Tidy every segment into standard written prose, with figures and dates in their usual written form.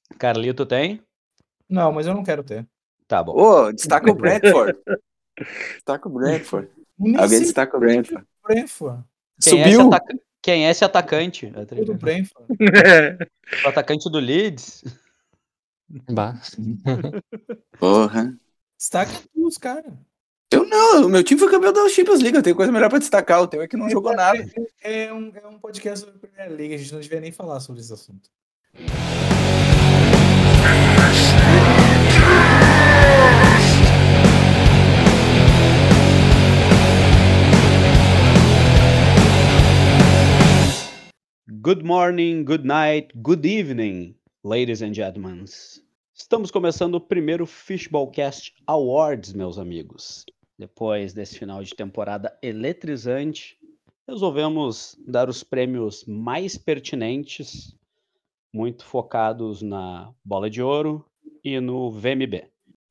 Carlito tem? Não, mas eu não quero ter. Tá bom. Ô, destaca o Brentford. Destaca o Brentford. Nem Alguém sei destaca o Brentford. o Brentford. Subiu! Quem é esse atacante? O do Brentford. O atacante do Leeds? Bah. Porra. Destaca os caras. Eu não, o meu time foi campeão da Champions League, eu tenho coisa melhor pra destacar, o teu é que não jogou nada. É um podcast sobre a Premier League, a gente não devia nem falar sobre esse assunto. Good morning, good night, good evening, ladies and gentlemen. Estamos começando o primeiro Fishballcast Awards, meus amigos. Depois desse final de temporada eletrizante, resolvemos dar os prêmios mais pertinentes, muito focados na Bola de Ouro e no VMB.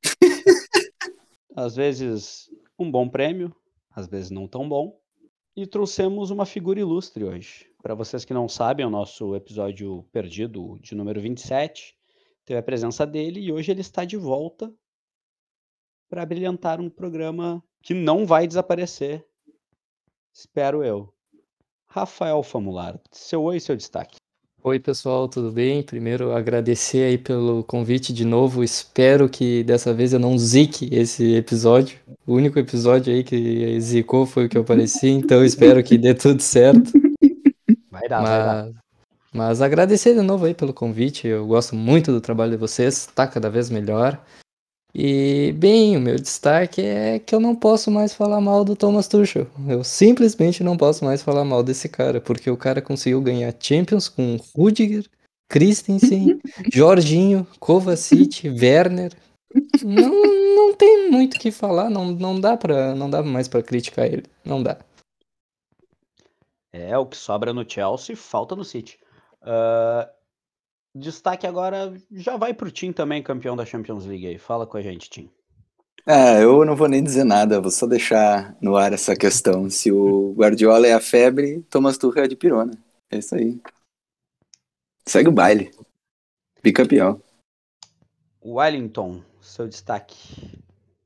Às vezes um bom prêmio, às vezes não tão bom. E trouxemos uma figura ilustre hoje. Para vocês que não sabem, o nosso episódio perdido, de número 27, teve a presença dele e hoje ele está de volta para brilhantar um programa que não vai desaparecer. Espero eu. Rafael Famular, seu oi e seu destaque. Oi, pessoal, tudo bem? Primeiro, agradecer aí pelo convite de novo. Espero que dessa vez eu não zique esse episódio. O único episódio aí que zicou foi o que eu apareci, então espero que dê tudo certo. Vai dar. Mas agradecer de novo aí pelo convite. Eu gosto muito do trabalho de vocês, tá cada vez melhor. E, bem, o meu destaque é que eu não posso mais falar mal do Thomas Tuchel. Eu simplesmente não posso mais falar mal desse cara, porque o cara conseguiu ganhar Champions com Rudiger, Christensen, Jorginho, Kovacic, Werner. Não tem muito o que falar, não dá mais pra criticar ele, não dá. É, o que sobra no Chelsea, falta no City. Destaque agora já vai pro Tim também, campeão da Champions League aí. Fala com a gente, Tim. Eu não vou nem dizer nada, vou só deixar no ar essa questão. Se o Guardiola é a febre, Thomas Tuchel é de pirona. É isso aí. Segue o baile. Bicampeão. Wellington, seu destaque.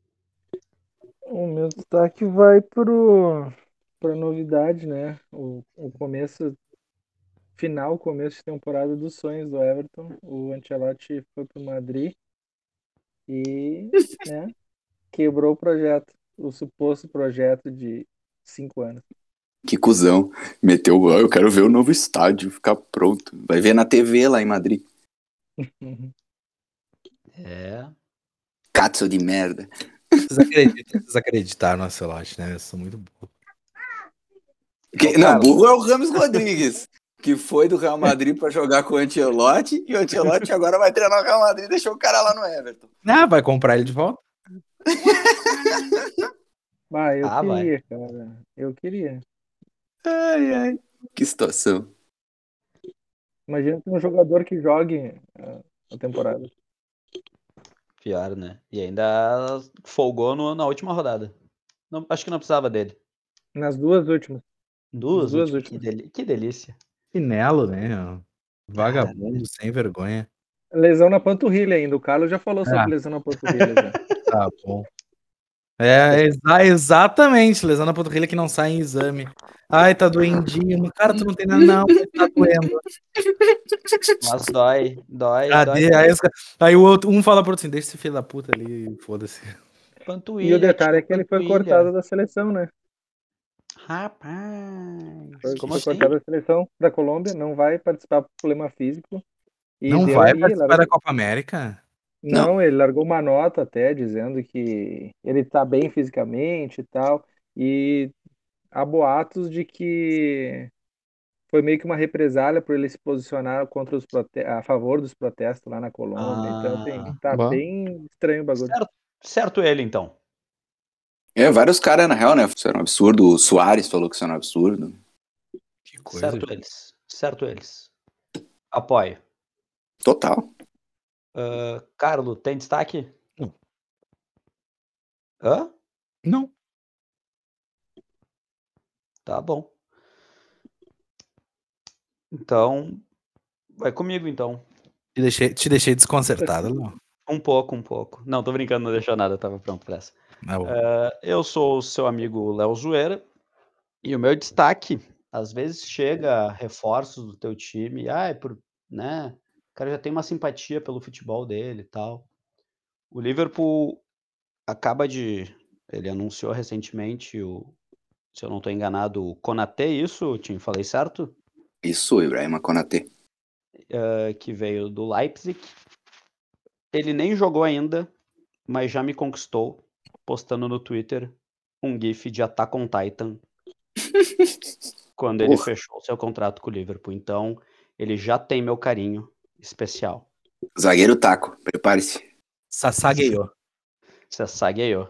O meu destaque vai para novidade, né? O começo de temporada dos sonhos do Everton. O Ancelotti foi pro Madrid e, né, quebrou o projeto, o suposto projeto de 5 anos. Que cuzão. Meteu, eu quero ver o novo estádio, ficar pronto. Vai ver na TV lá em Madrid. É. Katsu de merda. Vocês acreditaram no Ancelotti, né? Eu sou muito burro. Não, burro é o Rames Rodrigues, que foi do Real Madrid pra jogar com o Ancelotti, e o Ancelotti agora vai treinar o Real Madrid e deixou o cara lá no Everton. Ah, vai comprar ele de volta? Eu queria, vai. cara. Eu queria. Ai, que situação. Imagina ter um jogador que jogue a temporada. Pior, né? E ainda folgou na última rodada. Não, acho que não precisava dele. Nas duas últimas. Duas últimas. últimas. Que delícia. Chinelo, né? Vagabundo, sem vergonha. Lesão na panturrilha ainda. O Carlos já falou sobre lesão na panturrilha. Já. Tá bom. Exatamente. Lesão na panturrilha que não sai em exame. Ai, tá doendinho. Cara, tu não tem nada, não. Tá doendo. Mas dói. Cadê? Aí o outro, um fala pro outro assim, deixa esse filho da puta ali, foda-se. Panturrilha, E o detalhe é que ele foi panturrilha. cortado da seleção, né? Rapaz. Como foi assim? cortado da seleção da Colômbia, não vai participar por problema físico. E Não deu vai aí, participar da Copa América? Não, ele largou uma nota até dizendo que ele tá bem fisicamente e tal. E há boatos de que foi meio que uma represália por ele se posicionar contra a favor dos protestos lá na Colômbia. Então, assim, tá bem estranho o bagulho. Certo ele, então. Vários caras, na real, né? Isso era um absurdo. O Soares falou que isso era um absurdo. Que coisa. Certo eles. Apoio. Total. Carlos, tem destaque? Não. Hã? Não. Tá bom. Então, vai comigo, então. Te deixei desconcertado, não. Um pouco. Não, tô brincando, não deixou nada, eu tava pronto pra essa. Não. Eu sou o seu amigo Léo Zoeira, e o meu destaque, às vezes chega reforços do teu time, né? O cara já tem uma simpatia pelo futebol dele e tal. O Liverpool ele anunciou recentemente se eu não tô enganado, o Konaté, isso, Tim, falei certo? Isso, Ibrahima Konaté. Que veio do Leipzig. Ele nem jogou ainda, mas já me conquistou, postando no Twitter um gif de Attack on Titan quando ele fechou seu contrato com o Liverpool. Então, ele já tem meu carinho especial. Zagueiro Taco, prepare-se. Sassagueou. Você sagueou.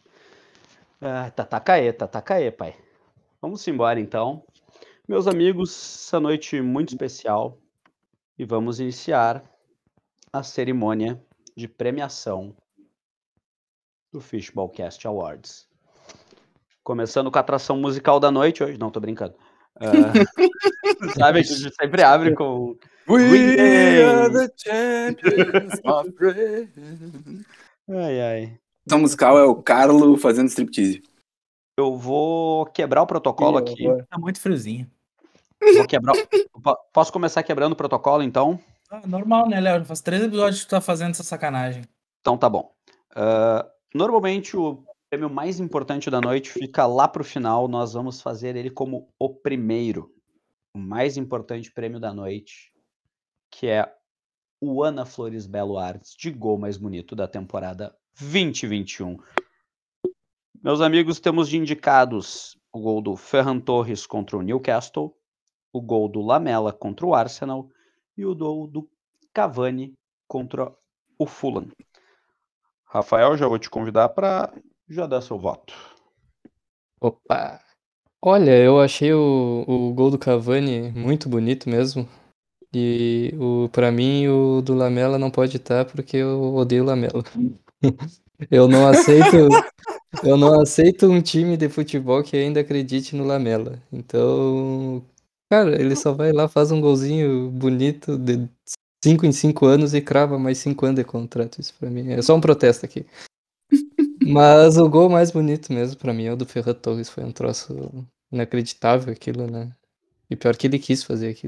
Tatacaê, pai. Vamos embora, então. Meus amigos, essa noite muito especial. E vamos iniciar a cerimônia de premiação do Fishballcast Awards. Começando com a atração musical da noite hoje. Não, tô brincando. Sabe, a gente sempre abre com Green Day. are the champions, my friend. Ai. Essa musical é o Carlo fazendo striptease. Eu vou quebrar o protocolo aqui. Tá muito friozinho. Vou quebrar. Posso começar quebrando o protocolo, então? Normal, né, Léo? Faz 3 episódios que tu tá fazendo essa sacanagem. Então tá bom. Normalmente o prêmio mais importante da noite fica lá pro final. Nós vamos fazer ele como o primeiro. O mais importante prêmio da noite, que é o Ana Flores Belo Arts de gol mais bonito da temporada 2021. Meus amigos, temos de indicados o gol do Ferran Torres contra o Newcastle, o gol do Lamela contra o Arsenal e o gol do Cavani contra o Fulham. Rafael, já vou te convidar para já dar seu voto. Opa! Olha, eu achei o gol do Cavani muito bonito mesmo. E pra mim o do Lamela não pode estar porque eu odeio o Lamela. Eu não aceito um time de futebol que ainda acredite no Lamela. Então, cara, ele só vai lá, faz um golzinho bonito de 5 em 5 anos e crava mais 5 anos de contrato. Isso pra mim é só um protesto aqui. Mas o gol mais bonito mesmo pra mim é o do Ferran Torres. Foi um troço inacreditável aquilo, né? E pior que ele quis fazer aquilo.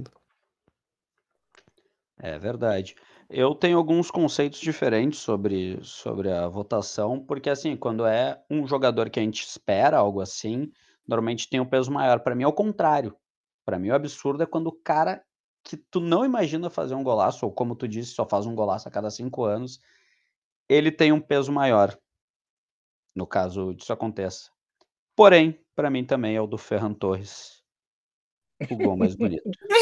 É verdade. Eu tenho alguns conceitos diferentes sobre a votação, porque assim, quando é um jogador que a gente espera algo assim, normalmente tem um peso maior. Para mim é o contrário. Para mim o absurdo é quando o cara que tu não imagina fazer um golaço, ou como tu disse, só faz um golaço a cada 5 anos, ele tem um peso maior, no caso disso aconteça. Porém, para mim também é o do Ferran Torres, o gol mais bonito.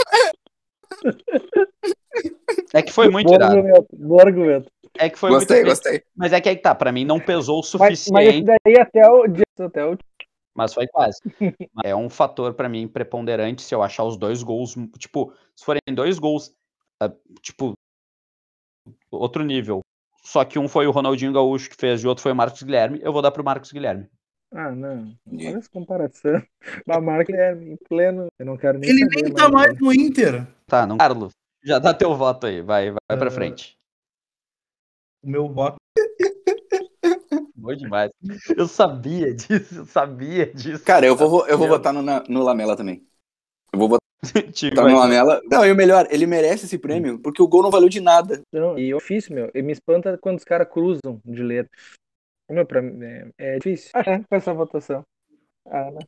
É que foi muito irado. Bom argumento. É que foi Gostei. Mas é que aí que tá, pra mim não pesou o Mas suficiente, esse daí até o mas foi quase. É um fator pra mim preponderante se eu achar os 2 gols, tipo, se forem 2 gols, tipo, outro nível. Só que um foi o Ronaldinho Gaúcho que fez e o outro foi o Marcos Guilherme, eu vou dar pro Marcos Guilherme. Ah, não. Olha essa comparação. A marca é em pleno. Eu não quero nem Ele saber nem tá mais dele. no Inter. Tá, não. Carlos, já dá teu voto aí, vai pra frente. O meu voto. Bom demais. Eu sabia disso. Cara, eu vou votar no Lamela também. Eu vou votar Tipo, no Lamela. Não, e o melhor, ele merece esse prêmio, porque o gol não valeu de nada. Não, e é difícil, meu. E me espanta quando os caras cruzam de letra. Meu, pra mim é difícil com essa votação. Ah, né?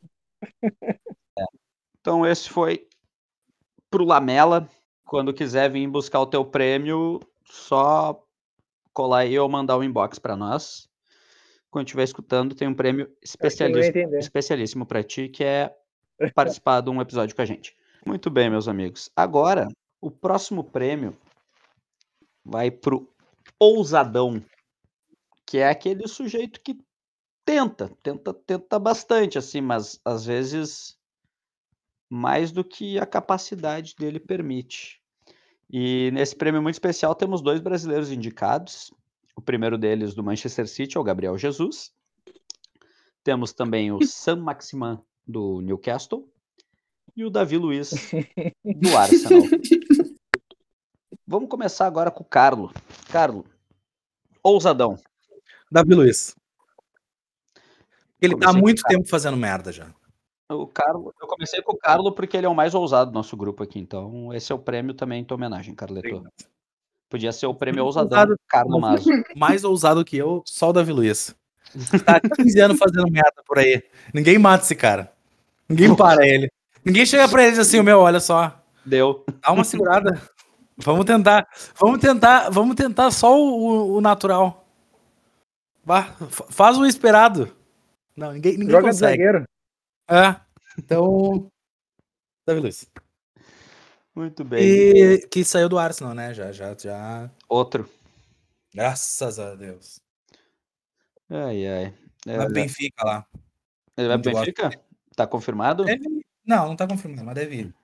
Então esse foi pro Lamela. Quando quiser vir buscar o teu prêmio, só colar aí ou mandar um inbox para nós. Quando estiver escutando, tem um prêmio especialíssimo para ti, que é participar de um episódio com a gente. Muito bem, meus amigos. Agora, o próximo prêmio vai pro ousadão, que é aquele sujeito que tenta bastante, assim, mas às vezes mais do que a capacidade dele permite. E nesse prêmio muito especial temos 2 brasileiros indicados. O primeiro deles do Manchester City é o Gabriel Jesus. Temos também o Sam Maximan do Newcastle e o Davi Luiz do Arsenal. Vamos começar agora com o Carlo. Carlo, ousadão. Davi Luiz. Ele tá há Comecei com muito o Carlo. tempo fazendo merda já. Eu comecei com o Carlo porque ele é o mais ousado do nosso grupo aqui, então esse é o prêmio também em tua homenagem, Carleto. Podia ser o prêmio ousadão, Ousado. Carlo Mazo. Mais ousado que eu, só o Davi Luiz. Tá há 15 anos fazendo merda por aí. Ninguém mata esse cara. Ninguém para ele. Ninguém chega pra ele e diz assim, olha só. Deu. Dá uma segurada. Vamos tentar só o natural. Faz o esperado. Não, ninguém Joga de consegue. zagueiro. Então, Davi Luiz. Muito bem. E que saiu do Arsenal, né? Já. Outro. Graças a Deus. Ai. Vai Benfica lá. Ele vai pro Benfica? Tá confirmado? Não tá confirmado, mas deve ir.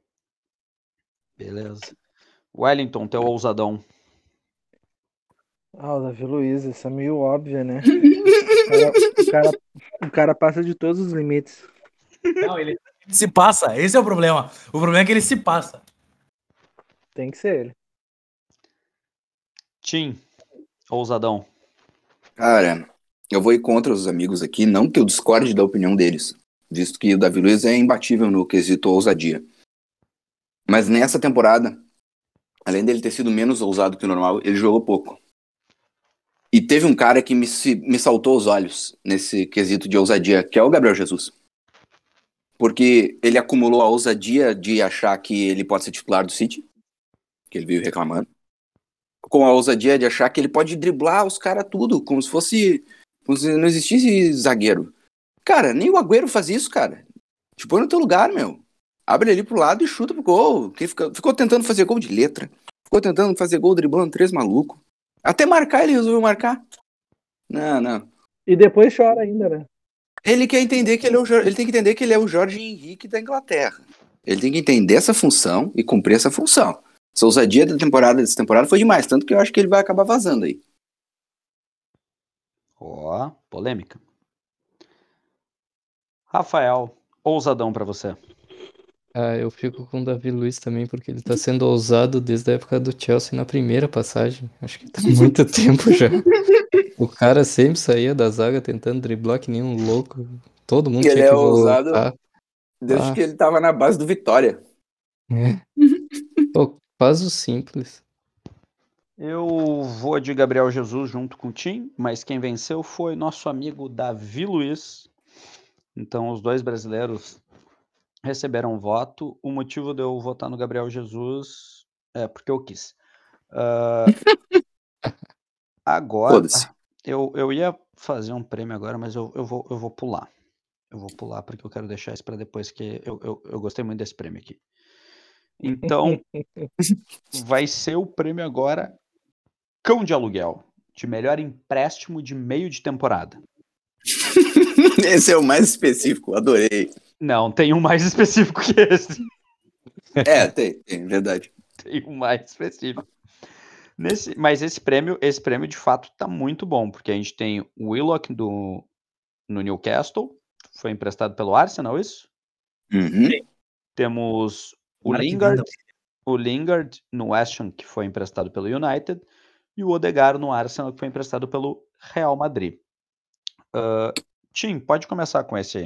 Beleza. Wellington, teu ousadão. O Davi Luiz, essa é meio óbvia, né? O cara passa de todos os limites. Não, ele se passa. Esse é o problema. O problema é que ele se passa. Tem que ser ele. Tim, ousadão. Cara, eu vou ir contra os amigos aqui, não que eu discorde da opinião deles, visto que o Davi Luiz é imbatível no quesito ousadia. Mas nessa temporada, além dele ter sido menos ousado que o normal, ele jogou pouco. E teve um cara que me saltou os olhos nesse quesito de ousadia, que é o Gabriel Jesus. Porque ele acumulou a ousadia de achar que ele pode ser titular do City, que ele veio reclamando, com a ousadia de achar que ele pode driblar os caras tudo, como se não existisse zagueiro. Cara, nem o Agüero faz isso, cara. Te põe no teu lugar, meu. Abre ali pro lado e chuta pro gol. Ficou tentando fazer gol de letra. Ficou tentando fazer gol driblando 3 malucos. Até marcar ele resolveu marcar. Não. E depois chora ainda, né? Ele quer entender que ele tem que entender que ele é o Jorge Henrique da Inglaterra. Ele tem que entender essa função e cumprir essa função. Essa ousadia dessa temporada foi demais, tanto que eu acho que ele vai acabar vazando aí. Polêmica. Rafael, ousadão pra você. Eu fico com o Davi Luiz também, porque ele tá sendo ousado desde a época do Chelsea na primeira passagem. Acho que tá há muito tempo já. O cara sempre saía da zaga tentando driblar que nem um louco. Todo mundo Ele tinha é que ousado voltar. desde que ele tava na base do Vitória. Pô, faz o simples. Eu vou de Gabriel Jesus junto com o Tim, mas quem venceu foi nosso amigo Davi Luiz. Então os dois brasileiros receberam voto. O motivo de eu votar no Gabriel Jesus é porque eu quis. Agora, eu ia fazer um prêmio agora, mas eu vou pular. Eu vou pular porque eu quero deixar isso para depois, que eu gostei muito desse prêmio aqui. Então, vai ser o prêmio agora Cão de Aluguel, de melhor empréstimo de meio de temporada. Esse é o mais específico, adorei. Não, tem um mais específico que esse. Tem, verdade. Tem um mais específico. Mas esse prêmio de fato tá muito bom, porque a gente tem o Willock no Newcastle, foi emprestado pelo Arsenal, isso? Uhum. Temos o Lingard no West Ham, que foi emprestado pelo United, e o Odegaard no Arsenal, que foi emprestado pelo Real Madrid. Tim, pode começar com esse aí.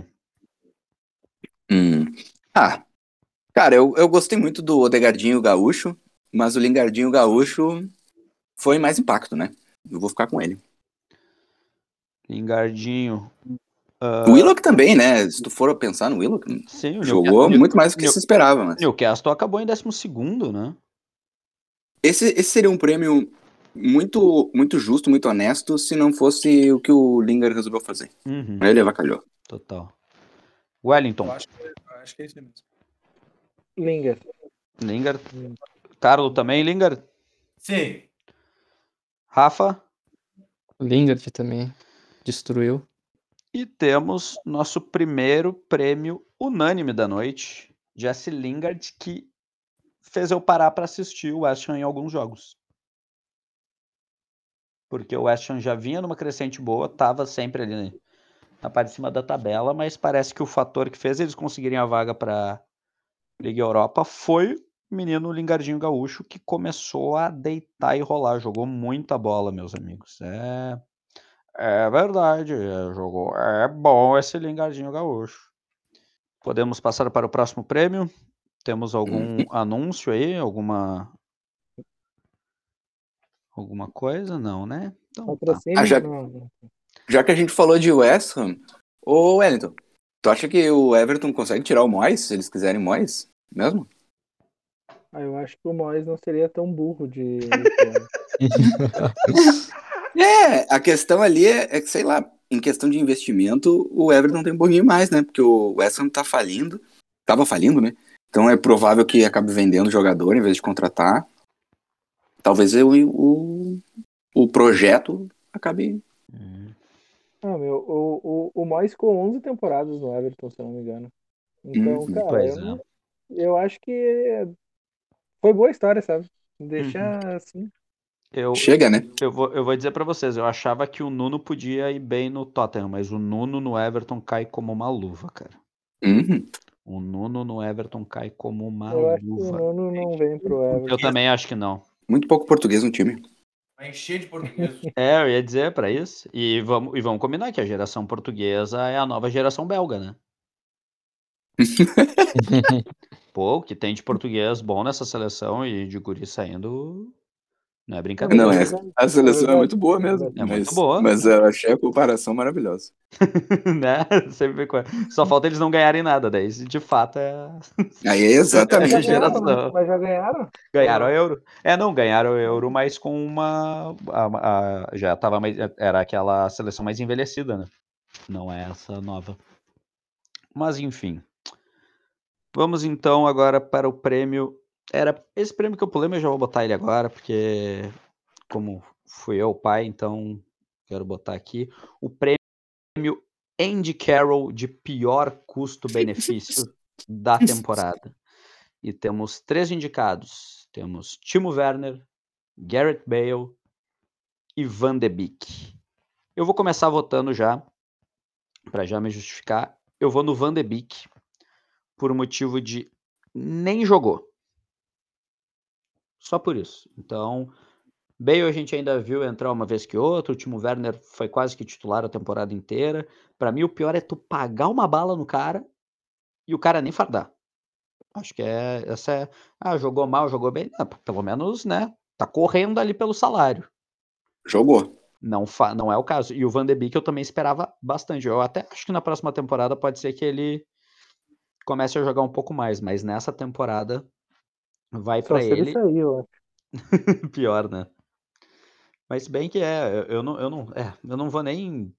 Cara, eu gostei muito do Odegaardinho Gaúcho, mas o Lingardinho Gaúcho foi mais impacto, né? Eu vou ficar com ele. Lingardinho. O Willock também, né? Se tu for pensar no Willock, sim, jogou muito mais do que se esperava. Mas... Newcastle acabou em 12º, né? Esse seria um prêmio muito, muito justo, muito honesto, se não fosse o que o Lingard resolveu fazer. Uhum. Ele avacalhou. Total. Wellington. Eu acho que é isso mesmo. Lingard. Carlos também, Lingard? Sim. Rafa? Lingard também. Destruiu. E temos nosso primeiro prêmio unânime da noite, Jesse Lingard, que fez eu parar para assistir o West Ham em alguns jogos. Porque o West Ham já vinha numa crescente boa, estava sempre ali na parte de cima da tabela, mas parece que o fator que fez eles conseguirem a vaga para Liga Europa foi menino Lingardinho Gaúcho, que começou a deitar e rolar, jogou muita bola, meus amigos. É verdade, é bom esse Lingardinho Gaúcho. Podemos passar para o próximo prêmio? Temos algum anúncio aí? Alguma coisa? Não, né? Então tá. Patrocínio? já- Não. Já que a gente falou de West Ham, ô Wellington, tu acha que o Everton consegue tirar o Moyes, se eles quiserem Moyes mesmo? Eu acho que o Moyes não seria tão burro de tirar. A questão ali é que, sei lá, em questão de investimento, o Everton tem um pouquinho mais, né? Porque o West Ham tava falindo, né? Então é provável que acabe vendendo jogador em vez de contratar. Talvez o projeto acabe. O Moyes ficou 11 temporadas no Everton, se eu não me engano. Então, cara, Pois é. eu acho que foi boa a história, sabe? Deixar assim. Chega, né? Eu vou dizer pra vocês, eu achava que o Nuno podia ir bem no Tottenham, mas o Nuno no Everton cai como uma luva, cara. Uhum. O Nuno no Everton cai como uma Eu acho que o luva. Nuno não vem pro Everton. Eu também acho que não. Muito pouco português no time. Vai encher de português. Eu ia dizer pra isso. E vamos combinar que a geração portuguesa é a nova geração belga, né? Pô, o que tem de português bom nessa seleção e de guri saindo, não é brincadeira. Não, verdade. a seleção é verdade. muito boa mesmo. É muito boa. Mas eu achei a comparação maravilhosa. Né? Sempre só falta eles não ganharem nada, daí de fato é Aí é exatamente. a geração. Mas já ganharam? Ganharam o Euro. Não, ganharam o Euro, mas com já tava mais, era aquela seleção mais envelhecida, né? Não é essa nova. Mas enfim. Vamos então agora para o prêmio. Era esse prêmio que eu pulei, mas eu já vou botar ele agora, porque como fui eu o pai, então quero botar aqui o prêmio Andy Carroll de pior custo-benefício da temporada. E temos 3 indicados. Temos Timo Werner, Gareth Bale e Van de Beek. Eu vou começar votando já, para já me justificar. Eu vou no Van de Beek por motivo de nem jogou. Só por isso. Então, Bale a gente ainda viu entrar uma vez que outra, o Timo Werner foi quase que titular a temporada inteira. Para mim, o pior é tu pagar uma bala no cara e o cara nem fardar. Acho que essa é... jogou mal, jogou bem. Não, pelo menos, né, tá correndo ali pelo salário. Jogou. Não é o caso. E o Van de Beek eu também esperava bastante. Eu até acho que na próxima temporada pode ser que ele comece a jogar um pouco mais, mas nessa temporada vai Só para se ele ele. sair, eu acho. Pior, né? Mas bem que eu não vou nem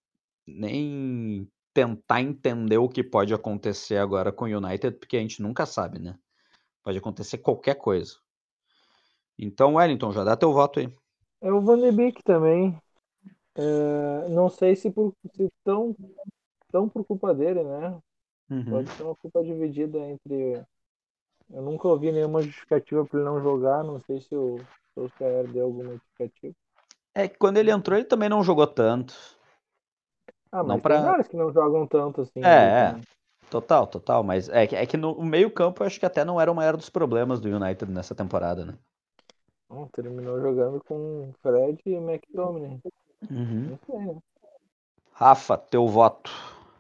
tentar entender o que pode acontecer agora com o United, porque a gente nunca sabe, né? Pode acontecer qualquer coisa. Então, Wellington, já dá teu voto aí. É o Van de Beek também. Não sei se tão por culpa dele, né? Uhum. Pode ser uma culpa dividida entre. Eu nunca ouvi nenhuma justificativa para ele não jogar. Não sei se o Solskjaer deu alguma justificativa. É que quando ele entrou, ele também não jogou tanto. Não Mas pra... tem vários que não jogam tanto assim. Total. Mas é que no meio campo eu acho que até não era o maior dos problemas do United nessa temporada, né? Terminou jogando com Fred e McTominay. Uhum. Não sei, né? Rafa, teu voto.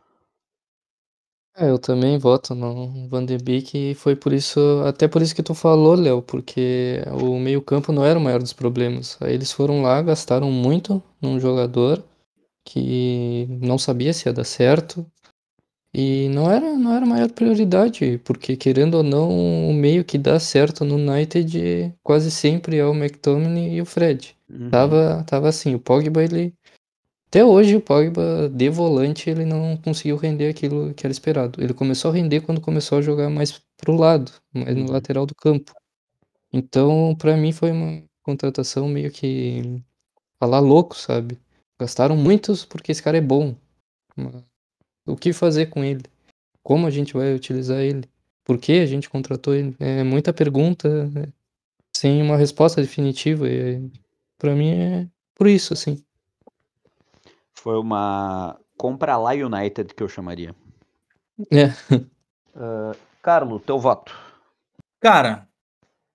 Eu também voto no Van de Beek e foi até por isso que tu falou, Léo, porque o meio-campo não era o maior dos problemas. Aí eles foram lá, gastaram muito num jogador que não sabia se ia dar certo e não era a maior prioridade, porque querendo ou não, o meio que dá certo no United quase sempre é o McTominay e o Fred. Uhum. Tava assim, o Pogba ele até hoje o Pogba de volante ele não conseguiu render aquilo que era esperado. Ele começou a render quando começou a jogar mais pro lado, mais no lateral do campo. Então, pra mim foi uma contratação meio que falar louco, sabe? Gastaram muitos porque esse cara é bom. Mas o que fazer com ele? Como a gente vai utilizar ele? Por que a gente contratou ele? É muita pergunta, sem uma resposta definitiva. E para mim é por isso, assim. Foi uma compra lá United que eu chamaria. É. Carlos, teu voto. Cara,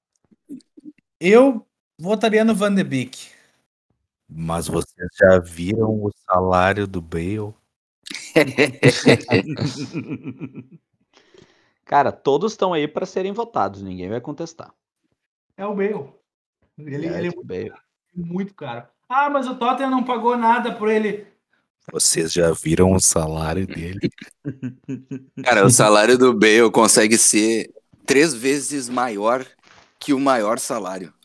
Eu votaria no Van de Beek. Mas vocês já viram o salário do Bale? Cara, todos estão aí para serem votados, ninguém vai contestar. É o Bale. Ele é Bale. muito caro. Ah, mas o Tottenham não pagou nada por ele. Vocês já viram o salário dele? Cara, o salário do Bale consegue ser 3 vezes maior que o maior salário.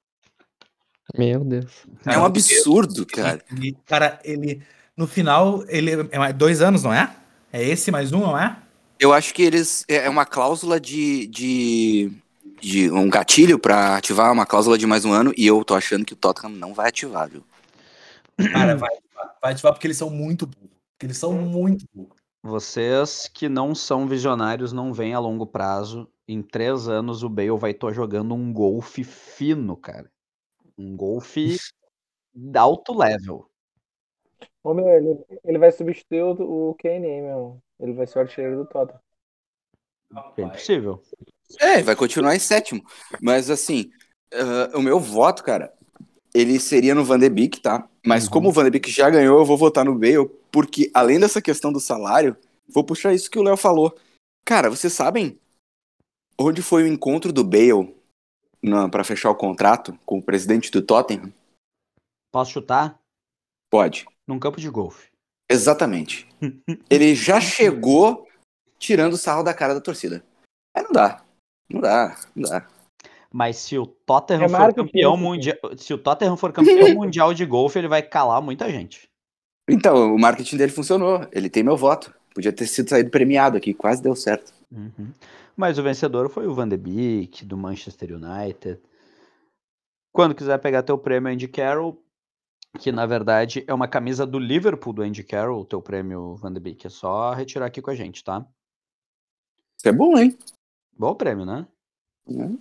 Meu Deus. É um absurdo, cara. Ele no final, ele é mais 2 anos, não é? É esse mais um, não é? Eu acho que eles. É uma cláusula de um gatilho pra ativar uma cláusula de mais um ano, e eu tô achando que o Tottenham não vai ativar, viu? Cara, vai ativar porque eles são muito burros. Porque eles são muito burros. Vocês que não são visionários não veem a longo prazo. Em 3 anos o Bale vai estar jogando um golfe fino, cara. Um golfe de alto level. Ô, meu, ele vai substituir o Kane, hein, meu? Ele vai ser o artilheiro do Tottenham. Bem possível. É, vai continuar em 7º. Mas assim, o meu voto, cara, ele seria no Van de Beek, tá? Mas como o Van de Beek já ganhou, eu vou votar no Bale, porque além dessa questão do salário, vou puxar isso que o Léo falou. Cara, vocês sabem onde foi o encontro do Bale pra fechar o contrato com o presidente do Tottenham? Posso chutar? Pode. Num campo de golfe. Exatamente. Ele já chegou tirando sarro da cara da torcida. Aí não dá. Não dá. Mas se o Tottenham É for marketing campeão isso, mundial, se o Tottenham for campeão mundial de golfe, ele vai calar muita gente. Então, o marketing dele funcionou. Ele tem meu voto. Podia ter sido saído premiado aqui. Quase deu certo. Mas o vencedor foi o Van de Beek, do Manchester United. Quando quiser pegar teu prêmio Andy Carroll, que na verdade é uma camisa do Liverpool do Andy Carroll, o teu prêmio Van de Beek, é só retirar aqui com a gente, tá? Isso é bom, hein? Bom prêmio, né? Uhum.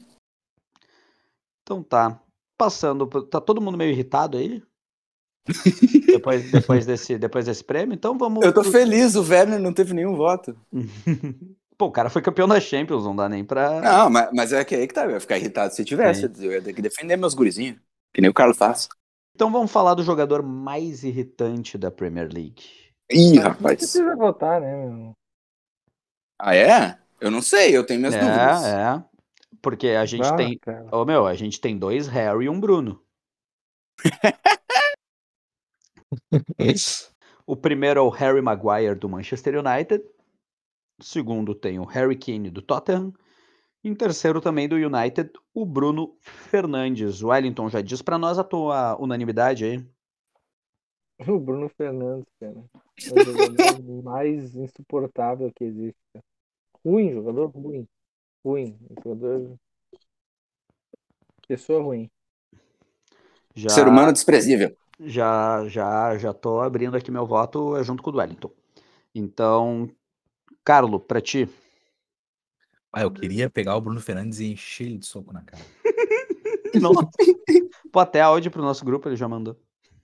Então tá. Passando, tá todo mundo meio irritado aí? depois desse prêmio, então vamos... Eu tô feliz, o Werner não teve nenhum voto. Pô, o cara foi campeão da Champions, não dá nem pra... Não, mas é que aí que tá. Eu ia ficar irritado se tivesse. Eu ia ter que defender meus gurizinhos. Que nem o Carlos faz. Então vamos falar do jogador mais irritante da Premier League. Ih, Não rapaz. precisa votar, né, meu? Ah, é? Eu não sei, eu tenho minhas dúvidas. É. Porque a gente tem... Cara. a gente tem 2 Harry e um Bruno. O primeiro é o Harry Maguire, do Manchester United. O segundo tem o Harry Kane, do Tottenham. Em terceiro também do United, o Bruno Fernandes. O Wellington já diz pra nós a tua unanimidade aí. O Bruno Fernandes, cara. É o jogador mais insuportável que existe. Cara. Jogador ruim. Jogador. Pessoa ruim. Ser humano desprezível. Já tô abrindo aqui meu voto junto com o do Wellington. Então, Carlo, pra ti. Eu queria pegar o Bruno Fernandes e encher ele de soco na cara. Não. Pô, até áudio pro nosso grupo ele já mandou.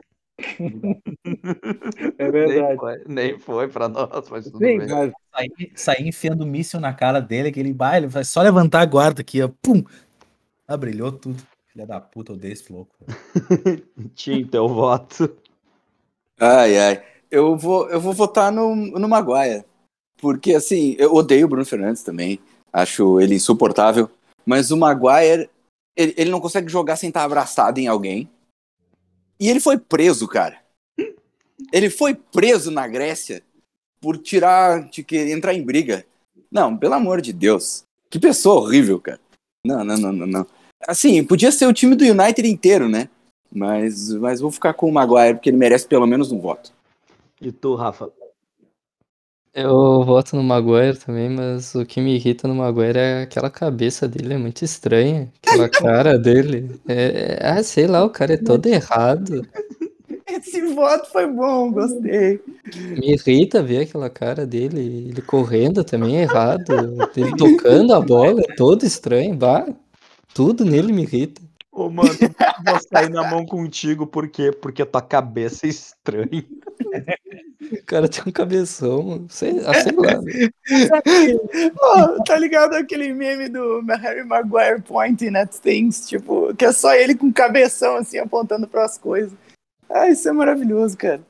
É verdade. Nem foi pra nós, mas tudo Sim, bem. mas Sair enfiando míssil na cara dele, que ele vai só levantar a guarda aqui, ó. Pum! Brilhou tudo. Filha da puta, eu odeio esse louco. Tinha teu voto. Ai. Eu vou votar no Maguire. Porque, assim, eu odeio o Bruno Fernandes também. Acho ele insuportável. Mas o Maguire, ele não consegue jogar sem estar abraçado em alguém. E ele foi preso, cara. Ele foi preso na Grécia por entrar em briga. Não, pelo amor de Deus. Que pessoa horrível, cara. Não. Assim, podia ser o time do United inteiro, né? Mas vou ficar com o Maguire, porque ele merece pelo menos um voto. E tu, Rafa? Eu voto no Maguire também, mas o que me irrita no Maguire é aquela cabeça dele, é muito estranha. Aquela cara dele. Sei lá, o cara é todo errado. Esse voto foi bom, gostei. Me irrita ver aquela cara dele, ele correndo também é errado, ele tocando a bola, é todo estranho, tudo nele me irrita. Ô, mano, vou sair na mão contigo, por quê? Porque tua cabeça é estranha. O cara tem um cabeção, sei lá. Tá ligado aquele meme do Harry Maguire pointing at things, tipo, que é só ele com cabeção assim apontando pras coisas. Isso é maravilhoso, cara.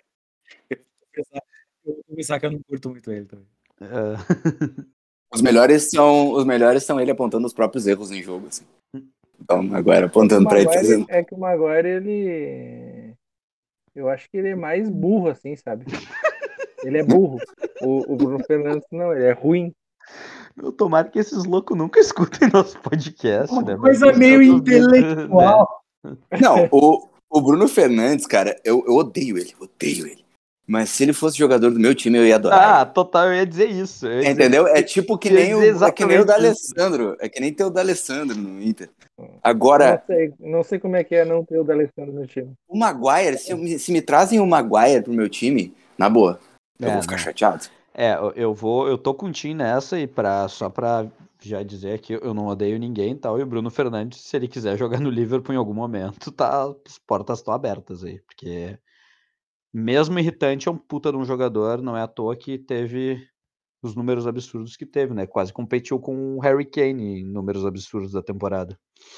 Eu vou pensar que eu não curto muito ele também. Os melhores são ele apontando os próprios erros em jogo, assim. Então, o Maguire O apontando pra ele Maguire, fazendo. é que o Maguire, ele... Eu acho que ele é mais burro, assim, sabe? Ele é burro. O Bruno Fernandes não, ele é ruim. Eu tomara que esses loucos nunca escutem nosso podcast, né? Coisa Porque meio eu duvido, intelectual. Não, o Bruno Fernandes, cara, eu odeio ele. Mas se ele fosse jogador do meu time, eu ia adorar. Ah, total, eu ia dizer isso. Eu ia dizer- Entendeu? É tipo que eu ia nem dizer é que nem o exatamente D'Alessandro. É que nem ter o D'Alessandro no Inter. Não Agora, sei como é que é não ter o D'Alessandro no time. o Maguire, se me trazem o Maguire pro meu time, na boa, eu É, vou ficar não. chateado. Eu tô com o Tim nessa e só pra já dizer que eu não odeio ninguém e tal, e o Bruno Fernandes, se ele quiser jogar no Liverpool em algum momento, as portas estão abertas aí, porque mesmo irritante é um puta de um jogador, não é à toa que teve os números absurdos que teve, né? Quase competiu com o Harry Kane em números absurdos da temporada.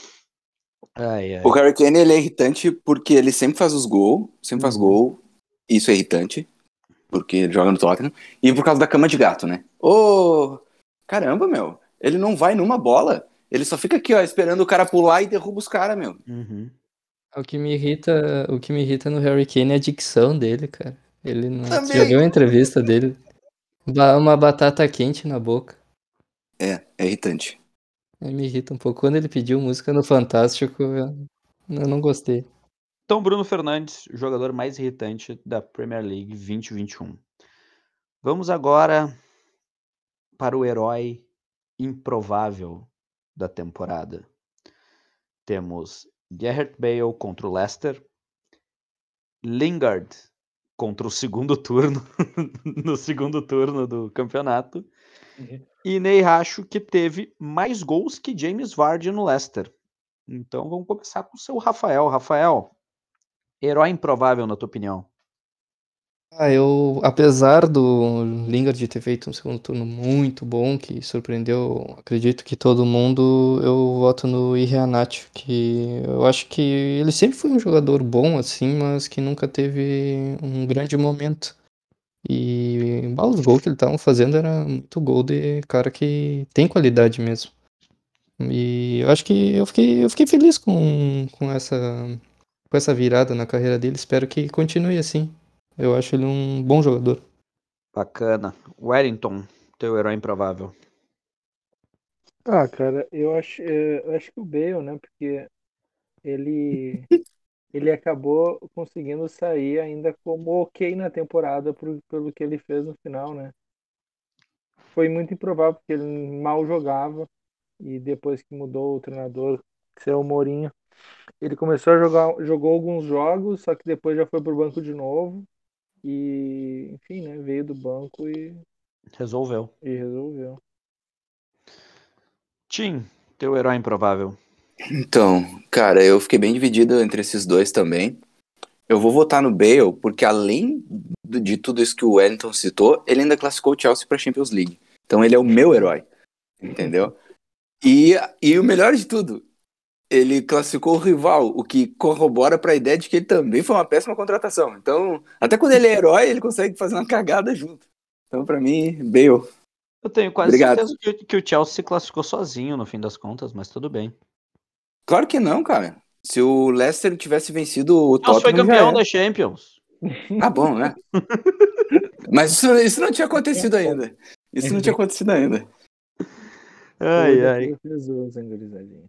O Harry Kane, ele é irritante porque ele sempre faz os gols, sempre faz Uhum. gol. Isso é irritante, porque ele joga no Tottenham. E por causa da cama de gato, né? Caramba, meu. Ele não vai numa bola. Ele só fica aqui, ó, esperando o cara pular e derruba os caras, meu. Uhum. O que me irrita no Harry Kane é a dicção dele, cara. Ele não. Você já Também. viu a entrevista dele? Uma batata quente na boca. É irritante. Me irrita um pouco. Quando ele pediu música no Fantástico, eu não gostei. Então, Bruno Fernandes, o jogador mais irritante da Premier League 2021. Vamos agora para o herói improvável da temporada. Temos Gareth Bale contra o Leicester, Lingard contra o segundo turno, no segundo turno do campeonato, e Ney Racho, que teve mais gols que James Vardy no Leicester. Então vamos começar com o seu Rafael. Rafael, herói improvável na tua opinião? Apesar do Lingard ter feito um segundo turno muito bom, que surpreendeu, acredito que todo mundo, eu voto no Iheanacho, que eu acho que ele sempre foi um jogador bom, assim, mas que nunca teve um grande momento. E os gols que ele tava fazendo era muito gol de cara que tem qualidade mesmo. E eu acho que eu fiquei feliz com essa virada na carreira dele, espero que continue assim. Eu acho ele um bom jogador. Bacana. Wellington, teu herói improvável. Cara, eu acho que o Bale, né? Porque ele, ele acabou conseguindo sair ainda como ok na temporada pelo que ele fez no final, né? Foi muito improvável porque ele mal jogava e depois que mudou o treinador, que é o Mourinho, ele começou a jogou alguns jogos, só que depois já foi pro banco de novo e, enfim, né? Veio do banco Resolveu. e resolveu. Tim, teu herói improvável. Então, cara, eu fiquei bem dividido entre esses dois também. Eu vou votar no Bale, porque além de tudo isso que o Wellington citou, ele ainda classificou o Chelsea para a Champions League. Então ele é o meu herói, entendeu? E o melhor de tudo, ele classificou o rival, o que corrobora para a ideia de que ele também foi uma péssima contratação. Então, até quando ele é herói, ele consegue fazer uma cagada junto. Então, para mim, Bale. Eu tenho quase Obrigado. certeza que o Chelsea se classificou sozinho no fim das contas, mas tudo bem. Claro que não, cara. Se o Leicester tivesse vencido o Chelsea foi Tottenham, já campeão era. da Champions. Tá bom, né? Mas isso não tinha acontecido ainda. Isso não tinha acontecido ainda. Ai, ai. Jesus, gurizadinha.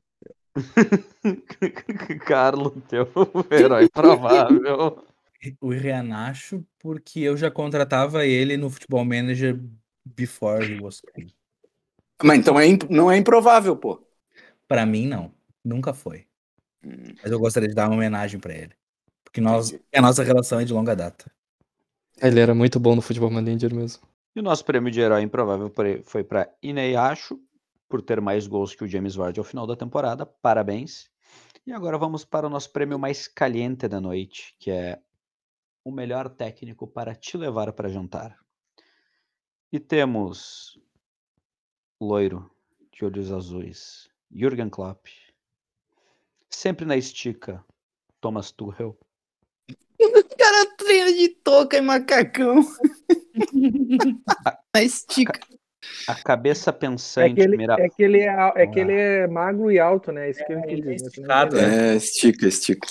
Carlos, teu herói provável. O Iheanacho, porque eu já contratava ele no Futebol Manager before he was cool. Mas então não é improvável, pô. Pra mim, não. Nunca foi. Mas eu gostaria de dar uma homenagem pra ele. Porque a nossa relação é de longa data. Ele era muito bom no Futebol Manager mesmo. E o nosso prêmio de herói improvável foi para Iheanacho, por ter mais gols que o James Vardy ao final da temporada. Parabéns. E agora vamos para o nosso prêmio mais caliente da noite, que é o melhor técnico para te levar para jantar. E temos loiro de olhos azuis, Jürgen Klopp. Sempre na estica, Thomas Tuchel. O cara treina de touca e macacão. Na estica. A cabeça É pensante, que ele é magro e alto, né? Isso que eu entendi. Mas tu não esticado, entendeu. É, estica.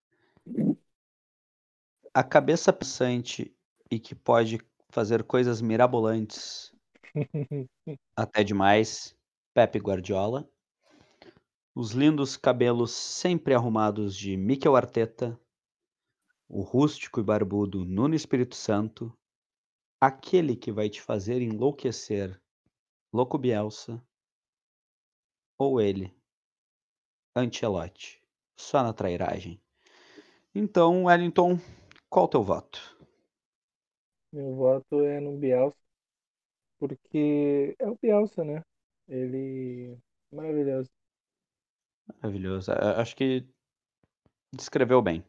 a cabeça pensante e que pode fazer coisas mirabolantes, até demais, Pepe Guardiola. Os lindos cabelos sempre arrumados de Mikel Arteta. O rústico e barbudo Nuno Espírito Santo. Aquele que vai te fazer enlouquecer, Louco Bielsa. Ou ele, Ancelotti, só na trairagem. Então, Wellington, qual o teu voto? Meu voto é no Bielsa, porque é o Bielsa, né? Ele maravilhoso. Maravilhoso. Acho que descreveu bem.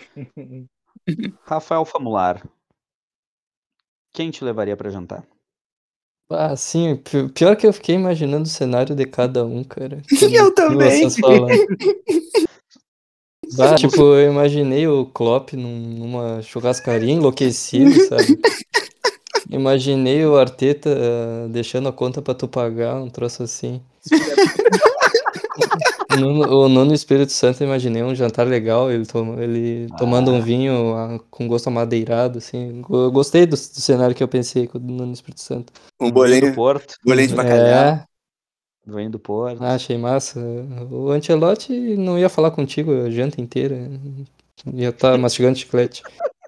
Rafael Famular, quem te levaria para jantar? Ah, sim, pior que eu fiquei imaginando o cenário de cada um, cara. Quando Eu vi também. vocês falando. Ah, tipo, eu imaginei o Klopp numa churrascaria enlouquecido, sabe? Imaginei o Arteta deixando a conta pra tu pagar, um troço assim. O Nuno Espírito Santo, eu imaginei um jantar legal, ele tomando um vinho com gosto amadeirado, assim. Eu gostei do cenário que eu pensei com o Nuno Espírito Santo. Um Um vinho do bolinho, Porto. bolinho de bacalhau. É, Vinho do Porto. achei massa. O Ancelotti não ia falar contigo a janta inteira. Ia estar mastigando chiclete.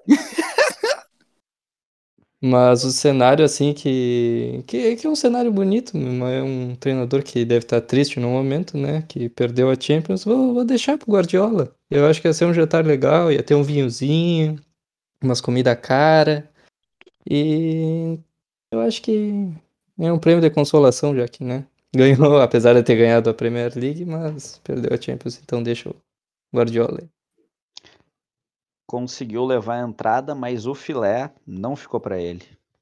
Mas o cenário, assim, que é um cenário bonito, é um treinador que deve estar triste no momento, né? Que perdeu a Champions. Vou deixar pro Guardiola. Eu acho que ia ser um jantar legal, ia ter um vinhozinho, umas comidas cara. E eu acho que é um prêmio de consolação, já que, né? Ganhou, apesar de ter ganhado a Premier League, mas perdeu a Champions, então deixa o Guardiola aí. Conseguiu levar a entrada, mas o filé não ficou para ele.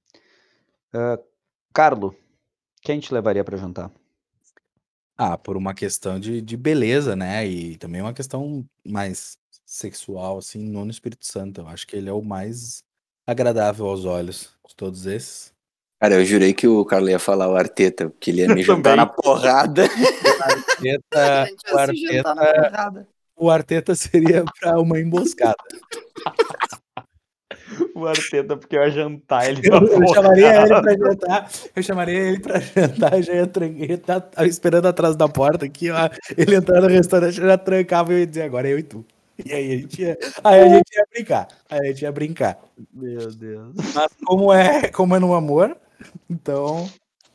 Carlo, quem te levaria para jantar? Ah, por uma questão de beleza, né? E também uma questão mais sexual, assim, Nuno Espírito Santo. Eu acho que ele é o mais agradável aos olhos de todos esses. Cara, eu jurei que o Carlos ia falar o Arteta, porque ele ia me jantar na porrada. Arteta, o Arteta, porrada. o Arteta seria para uma emboscada. O Arteta, porque eu ia jantar ele Eu chamaria ele pra jantar. Já ia estar esperando atrás da porta aqui, ó. Ele entrar no restaurante, eu já trancava e eu ia dizer, agora é eu e tu. E aí a gente ia brincar. Aí a gente ia brincar. Meu Deus. Mas como é no amor, então.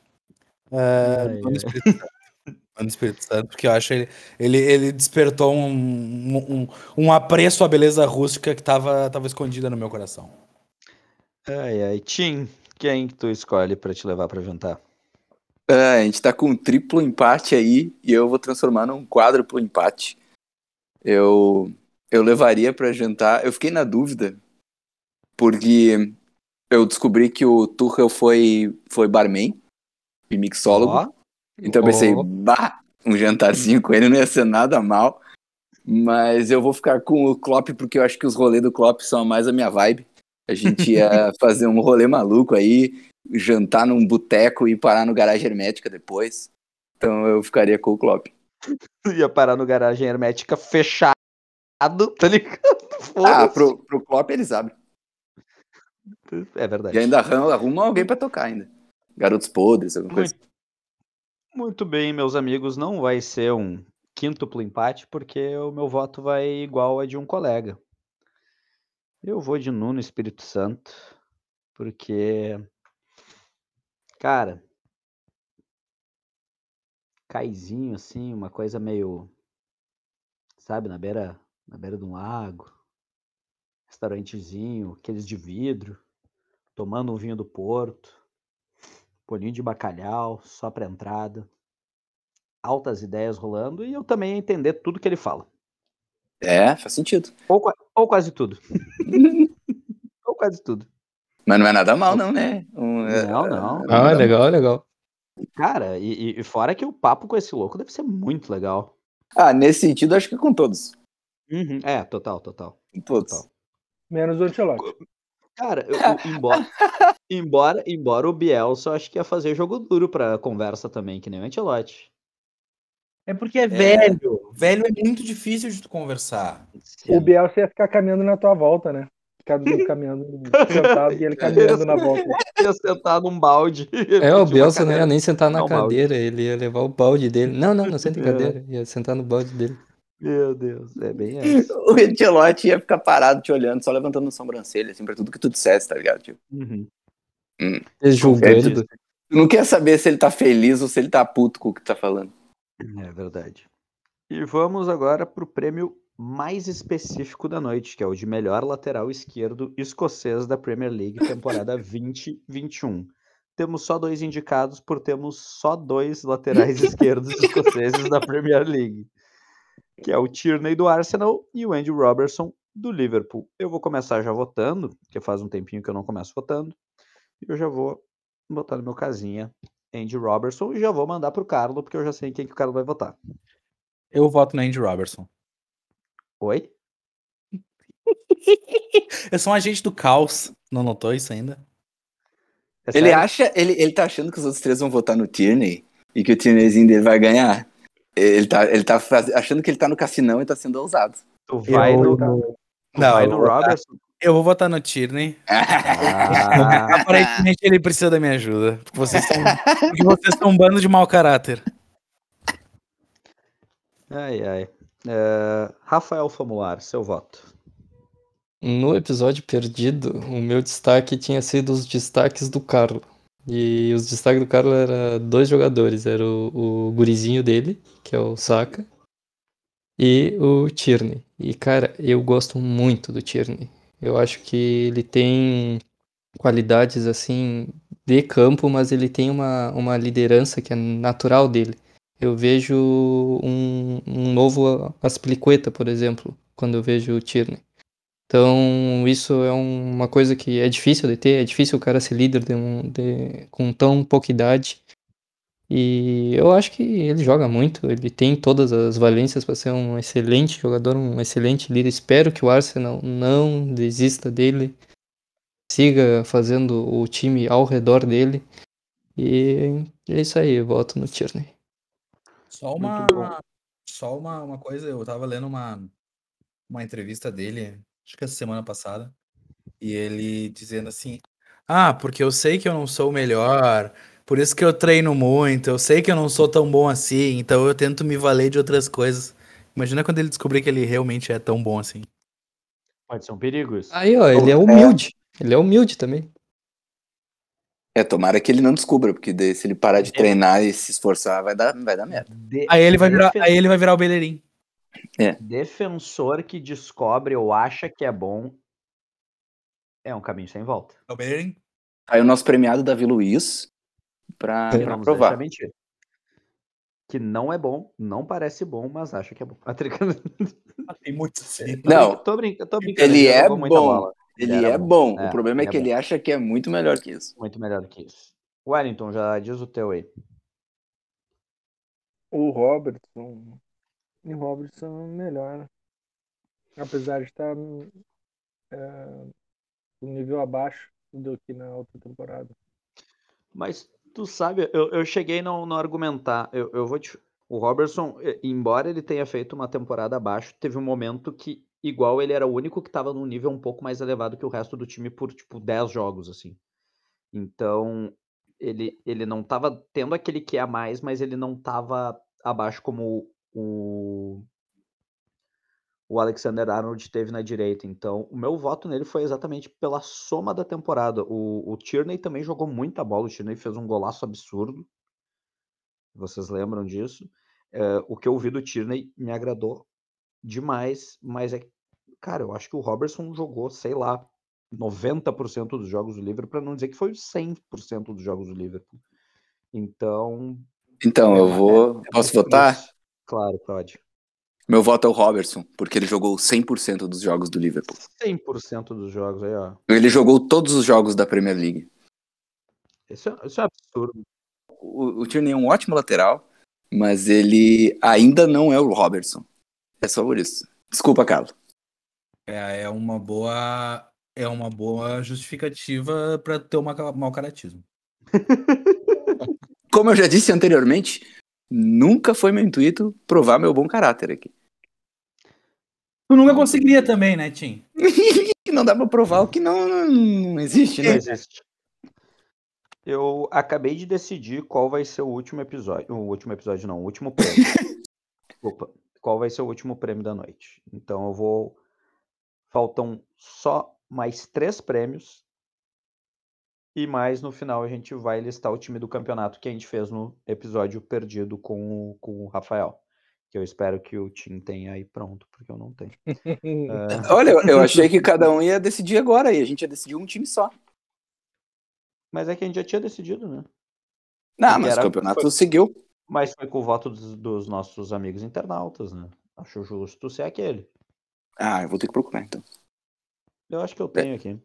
No Espírito Santo, porque eu acho ele despertou um apreço à beleza rústica que tava escondida no meu coração. Ai, Tim, quem que tu escolhe para te levar para jantar? A gente tá com um triplo empate aí e eu vou transformar num quádruplo empate. Eu levaria pra jantar. Eu fiquei na dúvida porque eu descobri que o Tuchel foi barman e mixólogo. Ó, Então eu pensei, bah, um jantarzinho com ele não ia ser nada mal. Mas eu vou ficar com o Klopp porque eu acho que os rolês do Klopp são mais a minha vibe. A gente ia fazer um rolê maluco aí, jantar num boteco e parar no garagem hermética depois. Então eu ficaria com o Klopp. ia parar no garagem hermética fechado, tá ligado? Ah, Foda-se. pro Klopp eles abrem. É E verdade. ainda arruma alguém pra tocar ainda. Garotos Podres, alguma coisa. Muito bem, meus amigos, não vai ser um quíntuplo empate, porque o meu voto vai igual a de um colega. Eu vou de Nuno Espírito Santo, porque, cara, caizinho assim, uma coisa meio, sabe, na beira de um lago, restaurantezinho, aqueles de vidro, tomando um vinho do Porto, bolinho de bacalhau, só pra entrada, altas ideias rolando e eu também ia entender tudo que ele fala. É, faz sentido. Ou quase tudo. quase tudo. Mas não é nada mal, não, né? Não. Ah, legal. Cara, e fora que o papo com esse louco deve ser muito legal. Nesse sentido, acho que com todos. Uhum, total. Com todos. Menos o Ancelotti. Cara, embora o Bielsa, eu acho que ia fazer jogo duro pra conversa também, que nem o Ancelotti. É porque é velho. Velho é muito difícil de tu conversar. O Bielsa ia ficar caminhando na tua volta, né? Ficar caminhando sentado e ele caminhando na volta. Ia sentar num balde. O Tinha uma Bielsa não ia cadeira, nem sentar na não, balde. cadeira, ele ia levar o balde dele. Não senta em cadeira, ia sentar no balde dele. Meu Deus, é bem essa. O Ancelotti ia ficar parado te olhando, só levantando a sobrancelha, assim, pra tudo que tu dissesse, tá ligado? Tipo, Uhum. Julgando. tu não quer saber se ele tá feliz ou se ele tá puto com o que tá falando. É verdade. E vamos agora pro prêmio mais específico da noite, que é o de melhor lateral esquerdo escocês da Premier League, temporada 2021. Temos só 2 indicados por termos só 2 laterais esquerdos escoceses da Premier League, que é o Tierney do Arsenal e o Andy Robertson do Liverpool. Eu vou começar já votando, porque faz um tempinho que eu não começo votando, e eu já vou botar no meu casinha Andy Robertson e já vou mandar pro Carlo, porque eu já sei quem que o Carlo vai votar. Eu voto no Andy Robertson. Oi? Eu sou um agente do caos. Não notou isso ainda? É Ele sério? ele tá achando que os outros três vão votar no Tierney e que o Tierneyzinho dele vai ganhar. Achando que ele tá no cassinão e tá sendo ousado. Tu vai no Robertson? Eu vou votar no Tierney. Ah, Aparentemente ele precisa da minha ajuda. Porque vocês são um bando de mau caráter. ai. Rafael Famular, seu voto. No episódio perdido, o meu destaque tinha sido os destaques do Carlo. E os destaques do Carlo eram 2 jogadores. Era o gurizinho dele, que é o Saka, e o Tierney. E, cara, eu gosto muito do Tierney. Eu acho que ele tem qualidades, assim, de campo, mas ele tem uma liderança que é natural dele. Eu vejo um novo Aspilicueta, por exemplo, quando eu vejo o Tierney. Então, isso é uma coisa que é difícil de ter, é difícil o cara ser líder com tão pouca idade. E eu acho que ele joga muito, ele tem todas as valências para ser um excelente jogador, um excelente líder. Espero que o Arsenal não desista dele, siga fazendo o time ao redor dele. E é isso aí, eu voto no Tierney. Muito bom. Só uma coisa, eu tava lendo uma entrevista dele, acho que essa semana passada, e ele dizendo assim: porque eu sei que eu não sou o melhor, por isso que eu treino muito, eu sei que eu não sou tão bom assim, então eu tento me valer de outras coisas. Imagina quando ele descobrir que ele realmente é tão bom assim. Pode ser um perigo isso. Aí, ó, ele é humilde. Ele é humilde também. Tomara que ele não descubra, porque daí, se ele parar de treinar e se esforçar, vai dar merda. Aí ele vai virar o Bellerin. Defensor que descobre ou acha que é bom é um caminho sem volta. É o Bellerin? Aí o nosso premiado Davi Luiz pra Que não nos deixa provar. mentir. Que não é bom, não parece bom, mas acha que é bom. Tem muito sim. Não, Tô brincando, ele já é jogou muita bom. bola. Ele é bom. O problema é que ele acha que é muito melhor que isso. Muito melhor do que isso. Wellington, já diz o teu aí. O Robertson. O Robertson é melhor. Apesar de estar um nível abaixo do que na outra temporada. Mas tu sabe, eu cheguei não argumentar. Eu vou te. O Robertson, embora ele tenha feito uma temporada abaixo, teve um momento que, igual, ele era o único que estava num nível um pouco mais elevado que o resto do time por, tipo, 10 jogos, assim. Então, ele não estava tendo aquele que é a mais, mas ele não estava abaixo como o Alexander-Arnold teve na direita. Então, o meu voto nele foi exatamente pela soma da temporada. O Tierney também jogou muita bola. O Tierney fez um golaço absurdo. Vocês lembram disso? O que eu vi do Tierney me agradou demais, mas cara, eu acho que o Robertson jogou, sei lá, 90% dos jogos do Liverpool, para não dizer que foi 100% dos jogos do Liverpool. Então, eu vou... Posso votar? Claro, pode. Meu voto é o Robertson, porque ele jogou 100% dos jogos do Liverpool. 100% dos jogos aí, ó. Ele jogou todos os jogos da Premier League. Isso é absurdo. O Tierney é um ótimo lateral, mas ele ainda não é o Robertson. É só por isso. Desculpa, Carlos. É uma boa justificativa pra ter um mau caratismo. Como eu já disse anteriormente, nunca foi meu intuito provar meu bom caráter aqui. Tu nunca conseguiria também, né, Tim? E não dá pra provar o que não existe, Não né? existe. Eu acabei de decidir qual vai ser o último episódio. O último episódio não, o último prêmio. Desculpa. Qual vai ser o último prêmio da noite. Então eu vou... Faltam só mais 3 prêmios. E mais no final a gente vai listar o time do campeonato que a gente fez no episódio perdido com o Rafael. Que eu espero que o Tim tenha aí pronto, porque eu não tenho. Olha, eu achei que cada um ia decidir agora e a gente ia decidir um time só. Mas é que a gente já tinha decidido, né? Não, Porque mas o campeonato seguiu. Mas foi com o voto dos nossos amigos internautas, né? Acho justo ser aquele. Ah, eu vou ter que procurar então. Eu acho que eu tenho aqui.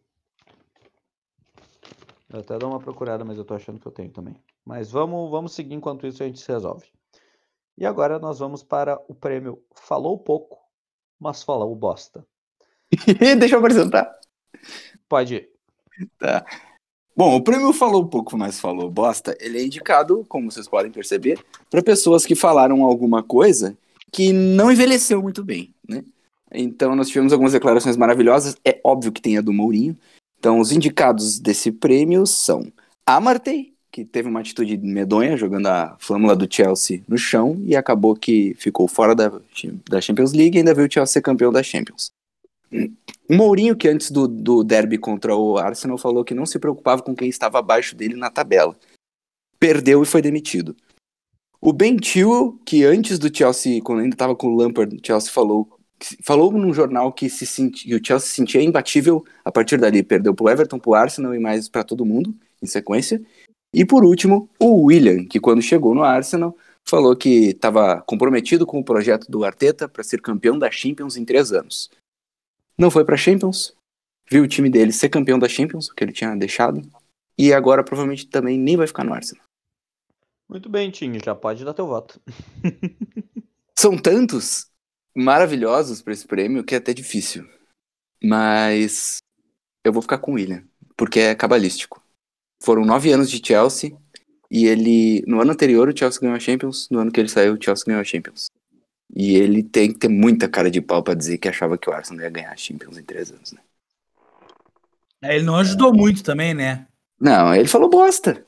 Eu até dou uma procurada, mas eu tô achando que eu tenho também. Mas vamos seguir enquanto isso a gente se resolve. E agora nós vamos para o prêmio Falou Pouco, mas falou bosta. Deixa eu apresentar. Pode ir. Tá. Bom, o prêmio Falou Pouco, mas falou bosta, ele é indicado, como vocês podem perceber, para pessoas que falaram alguma coisa que não envelheceu muito bem, né? Então nós tivemos algumas declarações maravilhosas, é óbvio que tem a do Mourinho. Então os indicados desse prêmio são Amartey, que teve uma atitude medonha, jogando a flâmula do Chelsea no chão, e acabou que ficou fora da Champions League e ainda veio o Chelsea ser campeão da Champions. O Mourinho, que antes do derby contra o Arsenal, falou que não se preocupava com quem estava abaixo dele na tabela. Perdeu e foi demitido. O Ben Chilwell, que antes do Chelsea, quando ainda estava com o Lampard, o Chelsea falou num jornal que que o Chelsea se sentia imbatível a partir dali. Perdeu pro Everton, pro Arsenal e mais para todo mundo, em sequência. E por último, o Willian, que quando chegou no Arsenal, falou que estava comprometido com o projeto do Arteta para ser campeão da Champions em 3 anos. Não foi pra Champions, viu o time dele ser campeão da Champions, que ele tinha deixado, e agora provavelmente também nem vai ficar no Arsenal. Muito bem, Tim, já pode dar teu voto. São tantos maravilhosos pra esse prêmio que é até difícil. Mas eu vou ficar com o Willian, porque é cabalístico. Foram 9 anos de Chelsea, e ele, no ano anterior, o Chelsea ganhou a Champions, no ano que ele saiu, o Chelsea ganhou a Champions. E ele tem que ter muita cara de pau pra dizer que achava que o Arsenal ia ganhar a Champions em 3 anos, né? Ele não ajudou muito também, né? Não, ele falou bosta.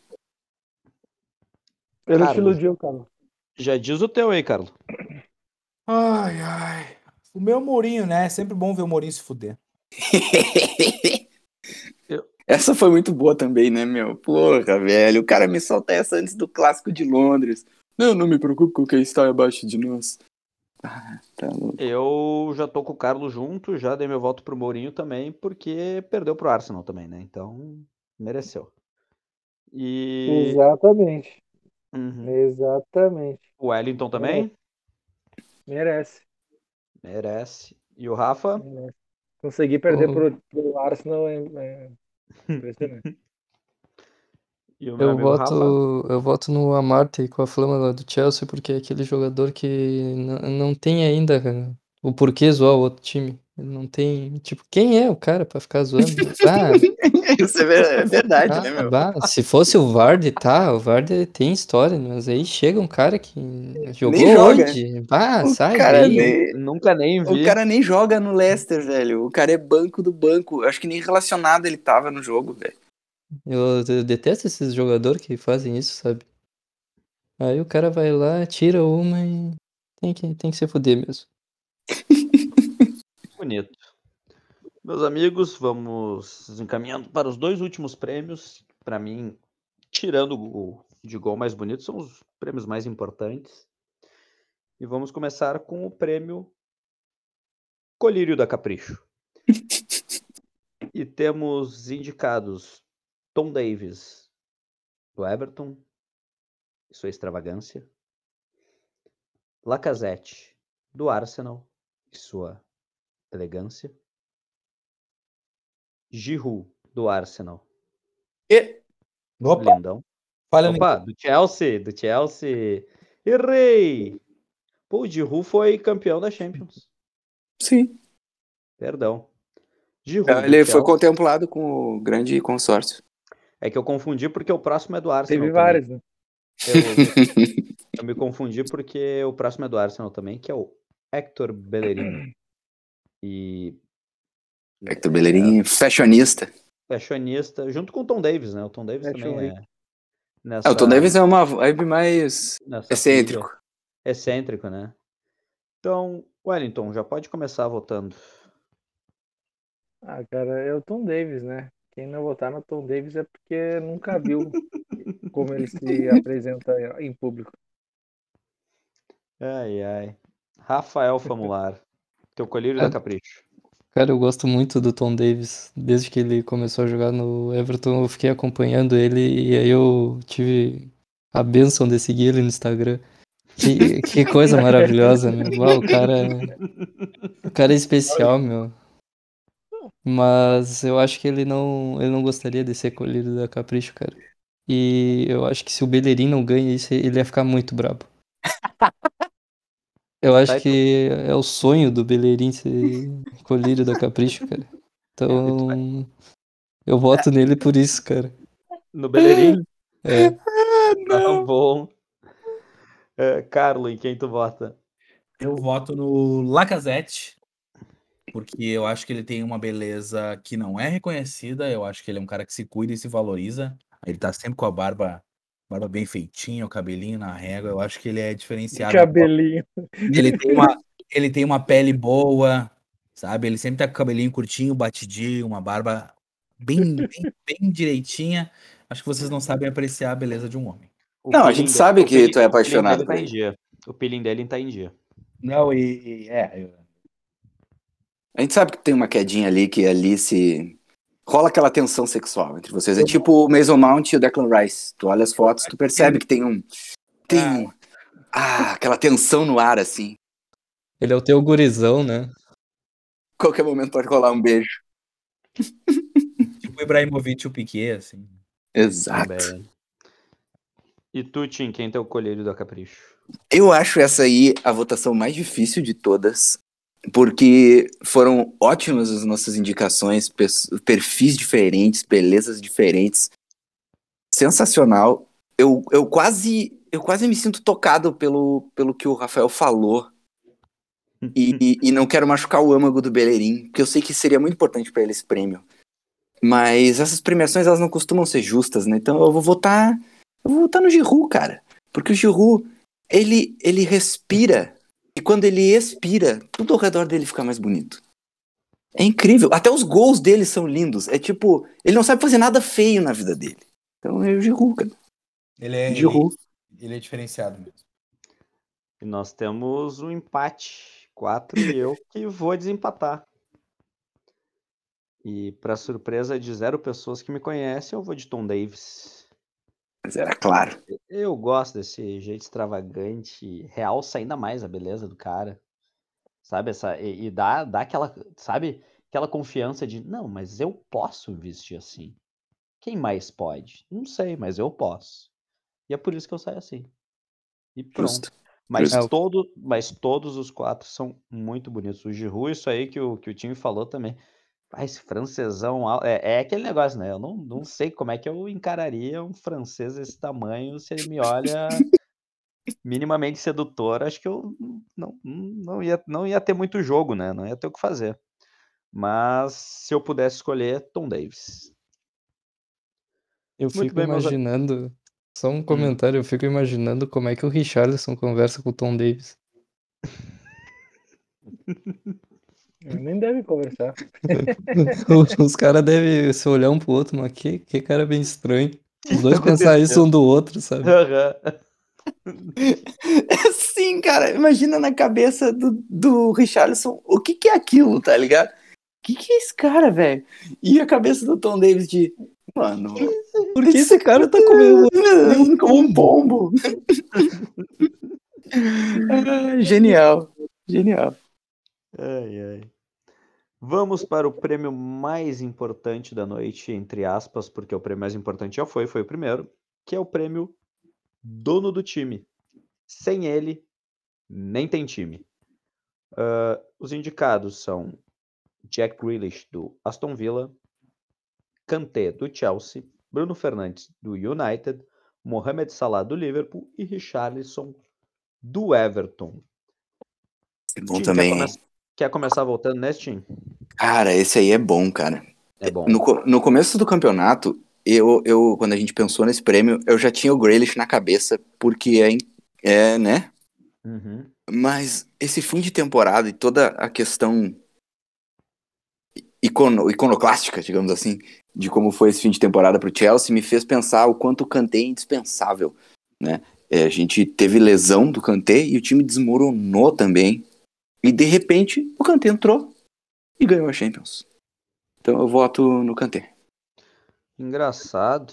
Ele te Carlos. iludiu, cara. Já diz o teu aí, Carlos. Ai. O meu Mourinho, né? É sempre bom ver o Mourinho se fuder. Essa foi muito boa também, né, meu? Porra, velho, o cara me solta essa antes do clássico de Londres. Não me preocupe com quem está abaixo de nós. Ah, tá louco. Eu já tô com o Carlos junto, já dei meu voto pro Mourinho também, porque perdeu pro Arsenal também, né? Então, mereceu. E Exatamente. Uhum. Exatamente. O Wellington também Merece. merece. E o Rafa? Merece. Conseguir perder pro Arsenal é impressionante. E o meu amigo Rafa? Eu voto no Amartey com a flâmula do Chelsea, porque é aquele jogador que não tem ainda o porquê zoar o outro time. Ele não tem. Tipo, quem é o cara pra ficar zoando? Isso é verdade, né, meu? Se fosse o Vardy, tá, o Vardy tem história, mas aí chega um cara que jogou Nem joga. onde? O Sai cara daí. Nunca nem vi. O cara nem joga no Leicester, velho. O cara é banco do banco. Acho que nem relacionado ele tava no jogo, velho. Eu detesto esses jogadores que fazem isso, sabe? Aí o cara vai lá, tira uma e tem que se fuder mesmo. Bonito. Meus amigos, vamos encaminhando para os 2 últimos prêmios. Para mim, tirando o de gol mais bonito, são os prêmios mais importantes. E vamos começar com o prêmio Colírio da Capricho. E temos indicados Tom Davies, do Everton, e sua extravagância. Lacazette, do Arsenal e sua elegância. Giroud, do Arsenal. Opa, Lindão. falha Opa, do Chelsea. Errei! Pô, o Giroud foi campeão da Champions. Sim. Perdão. Giroud, do Ele foi Chelsea. contemplado com o grande consórcio. É que eu confundi porque o próximo é do Arsenal Teve também. várias, né? Eu me confundi porque o próximo é do Arsenal também, que é o Hector Bellerin. E Hector Bellerin, fashionista. fashionista, junto com o Tom Davis, né? O Tom Davis Fashion também Week. é nessa, O Tom Davis é uma vibe mais nessa excêntrico. pilha. Excêntrico, né? Então, Wellington, já pode começar votando. Ah, cara, é o Tom Davis, né? Quem não votar no Tom Davis é porque nunca viu como ele se apresenta em público. Ai, ai. Rafael Famular, teu colírio da Capricho. Cara, eu gosto muito do Tom Davis. Desde que ele começou a jogar no Everton, eu fiquei acompanhando ele e aí eu tive a bênção de seguir ele no Instagram. Que coisa maravilhosa, meu. Uau, o cara é especial, meu. Mas eu acho que ele não gostaria de ser colhido da Capricho, cara. E eu acho que se o Bellerin não ganha isso, ele ia ficar muito brabo. Eu acho Tá, que é o sonho do Bellerin ser colhido da Capricho, cara. Então, eu voto nele por isso, cara. no Bellerin? É, Tá bom. Carlo, em quem tu vota? Eu voto no Lacazette, porque eu acho que ele tem uma beleza que não é reconhecida. Eu acho que ele é um cara que se cuida e se valoriza. Ele tá sempre com a barba bem feitinha, o cabelinho na régua. Eu acho que ele é diferenciado. Cabelinho. Ele tem uma pele boa, sabe? Ele sempre tá com o cabelinho curtinho, batidinho, uma barba bem direitinha. Acho que vocês não sabem apreciar a beleza de um homem. Não, a gente sabe que tu é apaixonado por por ele. dia. O peeling dele tá em dia. Não, A gente sabe que tem uma quedinha ali, que ali se... rola aquela tensão sexual entre vocês. É tipo o Mason Mount e o Declan Rice. Tu olha as fotos, tu percebe que tem aquela tensão no ar, assim. ele é o teu gurizão, né? Qualquer momento pode rolar um beijo. tipo o Ibrahimovic e o Piquet, assim. Exato. Também. E tu, Tim, quem é teu colírio da Capricho? Eu acho essa aí a votação mais difícil de todas, porque foram ótimas as nossas indicações, perfis diferentes, belezas diferentes. Sensacional. Eu quase me sinto tocado pelo que o Rafael falou. E não quero machucar o âmago do Bellerin, porque eu sei que seria muito importante para ele esse prêmio. Mas essas premiações, elas não costumam ser justas, né? Então eu vou votar no Giroud, cara. Porque o Giroud, ele respira, e quando ele expira, tudo ao redor dele fica mais bonito. É incrível. Até os gols dele são lindos. É tipo, ele não sabe fazer nada feio na vida dele. Então é o Giroud, cara. Ele é diferenciado mesmo. E nós temos um empate. 4 e eu que vou desempatar. E para surpresa de 0 pessoas que me conhecem, eu vou de Tom Davis. Mas era claro. Eu gosto desse jeito extravagante, realça ainda mais a beleza do cara. Sabe, e dá aquela, sabe, aquela confiança de, não, mas eu posso vestir assim. Quem mais pode? Não sei, mas eu posso. E é por isso que eu saio assim. E pronto. Justo. Mas, Justo. mas todos os 4 são muito bonitos. O Giroud, isso aí que o time falou também. Esse francesão é aquele negócio, né? Eu não sei como é que eu encararia um francês desse tamanho se ele me olha minimamente sedutor. Acho que eu não ia ter muito jogo, né? Não ia ter o que fazer. Mas se eu pudesse escolher, Tom Davis. Eu Muito fico bem, meus imaginando, só um comentário, eu fico imaginando como é que o Richarlison conversa com o Tom Davis. Nem deve conversar. Os caras devem se olhar um pro outro, mas que cara bem estranho. Os dois tá pensar isso acontecendo? um do outro, sabe? Sim, cara, imagina na cabeça do Richarlison o que é aquilo, tá ligado? O que é esse cara, velho? E a cabeça do Tom Davis de, mano, Por que esse cara tá comendo como um pombo? Genial. Genial. Ai, ai. Vamos para o prêmio mais importante da noite, entre aspas, porque o prêmio mais importante já foi o primeiro, que é o prêmio dono do time. Sem ele, nem tem time. Os indicados são Jack Grealish, do Aston Villa, Kanté, do Chelsea, Bruno Fernandes, do United, Mohamed Salah, do Liverpool e Richarlison, do Everton. É bom Tim, também. quer começar voltando nesse, Tim? Cara, esse aí é bom, cara. É bom. No começo do campeonato, quando a gente pensou nesse prêmio, eu já tinha o Grealish na cabeça, porque né? Uhum. Mas esse fim de temporada e toda a questão iconoclástica, digamos assim, de como foi esse fim de temporada pro Chelsea, me fez pensar o quanto o Kanté é indispensável, né? A gente teve lesão do Kanté e o time desmoronou também. E de repente, o Kanté entrou e ganhou a Champions. Então eu voto no Kanté. Engraçado.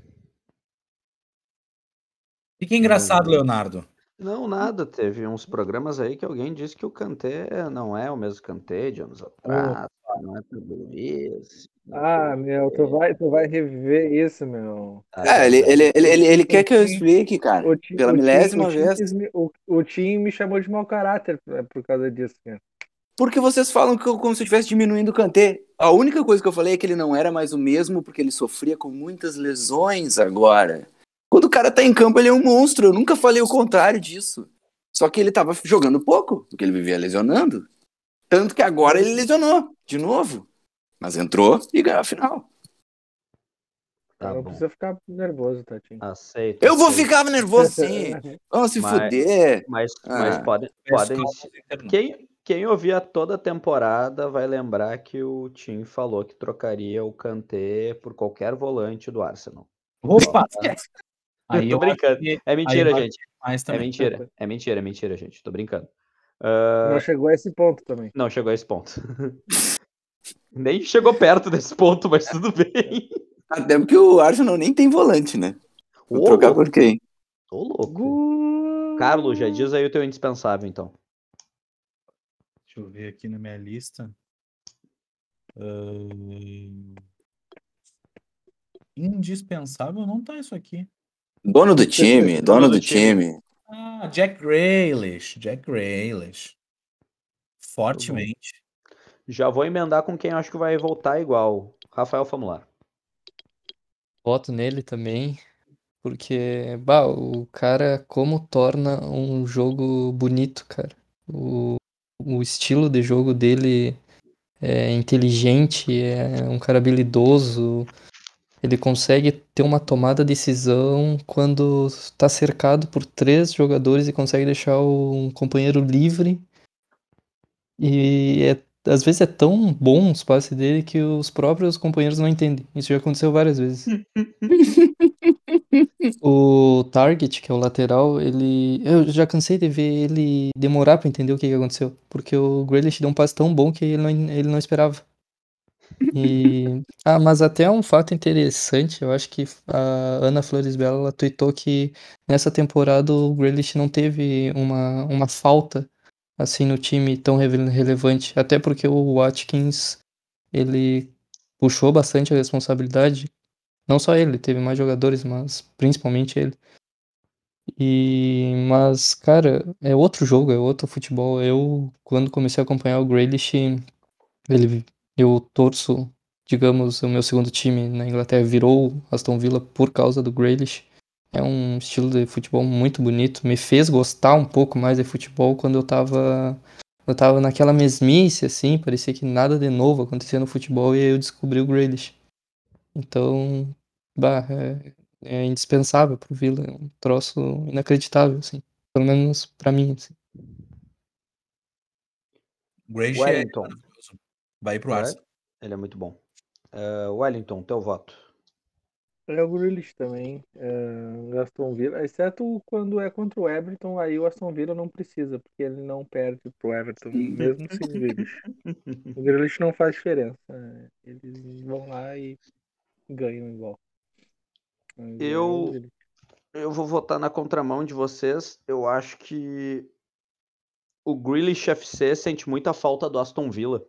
Fica engraçado, Leonardo. Não, nada. Teve uns programas aí que alguém disse que o Kanté não é o mesmo Kanté de anos atrás, não é tudo isso. Ah, meu, tu vai reviver isso, meu. É, ele quer que eu Tim, explique, cara, pela milésima vez. O Tim me chamou de mau caráter por causa disso, cara. Porque vocês falam que como se eu estivesse diminuindo o Kanté. A única coisa que eu falei é que ele não era mais o mesmo porque ele sofria com muitas lesões agora. Quando o cara tá em campo, ele é um monstro. Eu nunca falei o contrário disso. Só que ele tava jogando pouco, porque ele vivia lesionando. Tanto que agora ele lesionou de novo. Mas entrou e ganhou a final. Tá Não bom. precisa ficar nervoso, tá, Tim? Aceito. Eu vou ficar nervoso sim. Vamos se Mas- fuder. Mas Ah. podem. Quem ouvir a toda a temporada vai lembrar que o Tim falou que trocaria o Kanté por qualquer volante do Arsenal. Opa! Aí Tô eu brincando. acho que- É mentira, aí eu acho gente. que mais É também. mentira. É mentira, gente. Tô brincando. Não chegou a esse ponto também. Não chegou a esse ponto. Nem chegou perto desse ponto, mas tudo bem. Até porque o Arsenal nem tem volante, né? Vou Ô, trocar louco. por quem? Ô, louco. Carlos, já diz aí o teu indispensável, então. Deixa eu ver aqui na minha lista. Indispensável não tá isso aqui. Dono do time, dono do time. Ah, Jack Grealish. Jack Grealish. Fortemente. Já vou emendar com quem eu acho que vai voltar igual. Rafael Famular. Voto nele também, porque, o cara como torna um jogo bonito, cara. O estilo de jogo dele é inteligente, é um cara habilidoso. Ele consegue ter uma tomada de decisão quando está cercado por três jogadores e consegue deixar um companheiro livre. E às vezes é tão bom os passes dele que os próprios companheiros não entendem. Isso já aconteceu várias vezes. O Target, que é o lateral, eu já cansei de ver ele demorar pra entender o que que aconteceu. Porque o Grealish deu um passe tão bom que ele não esperava. Mas até um fato interessante, eu acho que a Ana Flores Bela, ela tweetou que nessa temporada o Grealish não teve uma falta assim no time tão relevante, até porque o Watkins, ele puxou bastante a responsabilidade, não só ele, teve mais jogadores, mas principalmente ele. Mas, cara, é outro jogo, é outro futebol. Eu, quando comecei a acompanhar o Grealish, eu torço, digamos, o meu segundo time na Inglaterra virou Aston Villa por causa do Grealish. É um estilo de futebol muito bonito. Me fez gostar um pouco mais de futebol quando eu tava naquela mesmice, assim, parecia que nada de novo acontecia no futebol e aí eu descobri o Grealish. Então, é indispensável pro Villa, é um troço inacreditável, assim. Pelo menos pra mim, assim. Grealish Wellington. vai pro Arsenal. Ele é muito bom. Wellington, teu voto. É o Grealish também. O Aston Villa, exceto quando é contra o Everton, aí o Aston Villa não precisa, porque ele não perde pro Everton, mesmo sem o Grealish. O Grealish não faz diferença. Eles vão lá e ganham igual. Mas é o Eu, Grealish. eu vou votar na contramão de vocês. Eu acho que O Grealish FC sente muita falta do Aston Villa.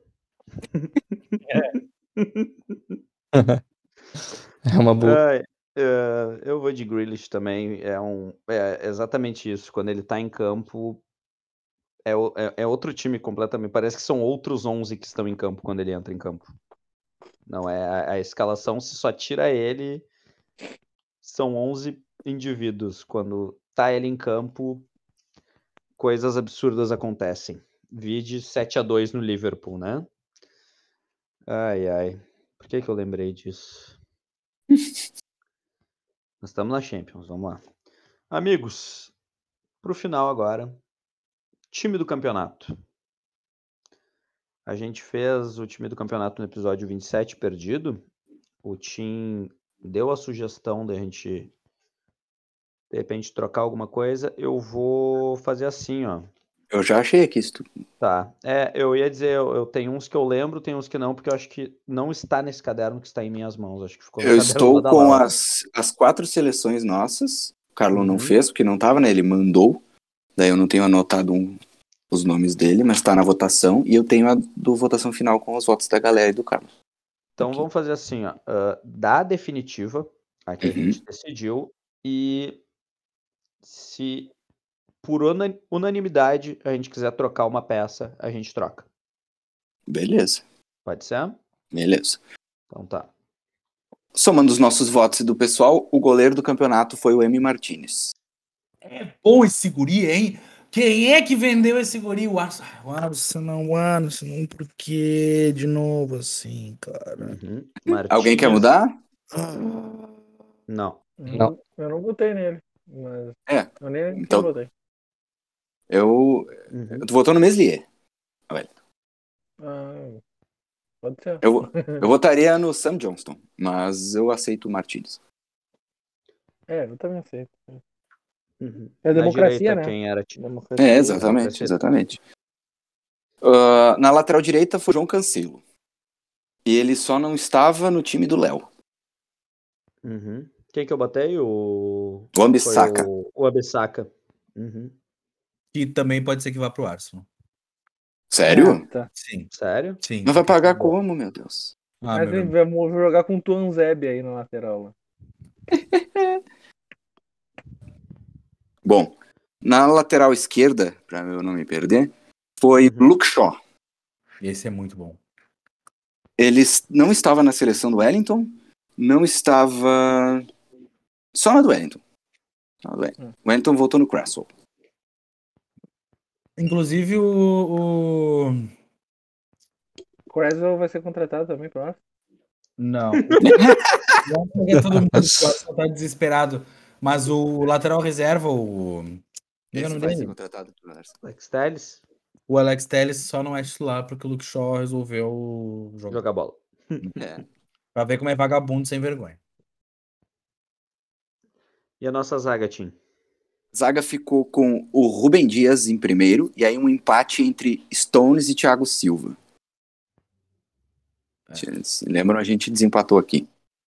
É uma boa. Eu vou de Grealish também. É exatamente isso. Quando ele tá em campo, é outro time completamente. Parece que são outros 11 que estão em campo quando ele entra em campo. Não, a escalação, se só tira ele, são 11 indivíduos. Quando tá ele em campo, coisas absurdas acontecem. Vide 7-2 no Liverpool, né? Ai. Por que eu lembrei disso? Nós estamos na Champions, vamos lá. Amigos, pro final agora. Time do campeonato. A gente fez o time do campeonato no episódio 27 perdido. O Tim deu a sugestão da gente, de repente, trocar alguma coisa. Eu vou fazer assim, ó. Eu já achei aqui isso tudo. Tá. Eu ia dizer, eu tenho uns que eu lembro, tem uns que não, porque eu acho que não está nesse caderno que está em minhas mãos. Acho que ficou no Eu caderno estou da com Laura. as 4 seleções nossas. O Carlos não Uhum. fez, porque não tava, né? Ele mandou. Daí eu não tenho anotado os nomes dele, mas tá na votação. E eu tenho a do votação final com os votos da galera e do Carlos. Então Aqui. vamos fazer assim, ó. Da definitiva, a que a Uhum. gente decidiu, e se por unanimidade a gente quiser trocar uma peça, a gente troca. Beleza. Pode ser? Beleza. Então tá. Somando os nossos votos e do pessoal, o goleiro do campeonato foi o Emi Martinez. É bom esse guri, hein? Quem é que vendeu esse guri? O Arsenal, por que de novo assim, cara? Uhum. Alguém quer Martínez? mudar? Não. Não. Eu não botei nele, mas É. eu nem Então- botei. Eu... Uhum. Tu votou no Meslier. Ah, pode ser. Eu votaria no Sam Johnston, mas eu aceito o Martinez. Eu também aceito. Uhum. É Na democracia, direita, né? quem era? Democracia. Exatamente. Na lateral direita foi o João Cancelo. E ele só não estava no time do Léo. Uhum. Quem que eu botei? O Ambissaca. O Ambissaca. Uhum. Que também pode ser que vá pro Arsenal. Sério? Tá. Sim, Sério? sim. Mas vai pagar como, meu Deus? Ah, Mas meu ele irmão. vai jogar com o Tuanzebe aí na lateral lá. Bom, na lateral esquerda, pra eu não me perder, foi Uhum. Luke Shaw. Esse é muito bom. Ele não estava na seleção do Wellington, não estava... Só na do Wellington. O Wellington voltou no Cresswell. Inclusive o... Creswell vai ser contratado também pro Arsenal? Não. Todo mundo tá desesperado. Mas o lateral reserva, o... Como é o Esse nome vai ser dele? contratado pro Arsenal. Alex Telles, O Alex Telles só não é titular porque o Luke Shaw resolveu jogar. jogar bola. É. Pra ver como é vagabundo sem vergonha. E a nossa zaga, Tim? Zaga ficou com o Rubem Dias em primeiro, e aí um empate entre Stones e Thiago Silva. Vocês lembram? A gente desempatou aqui.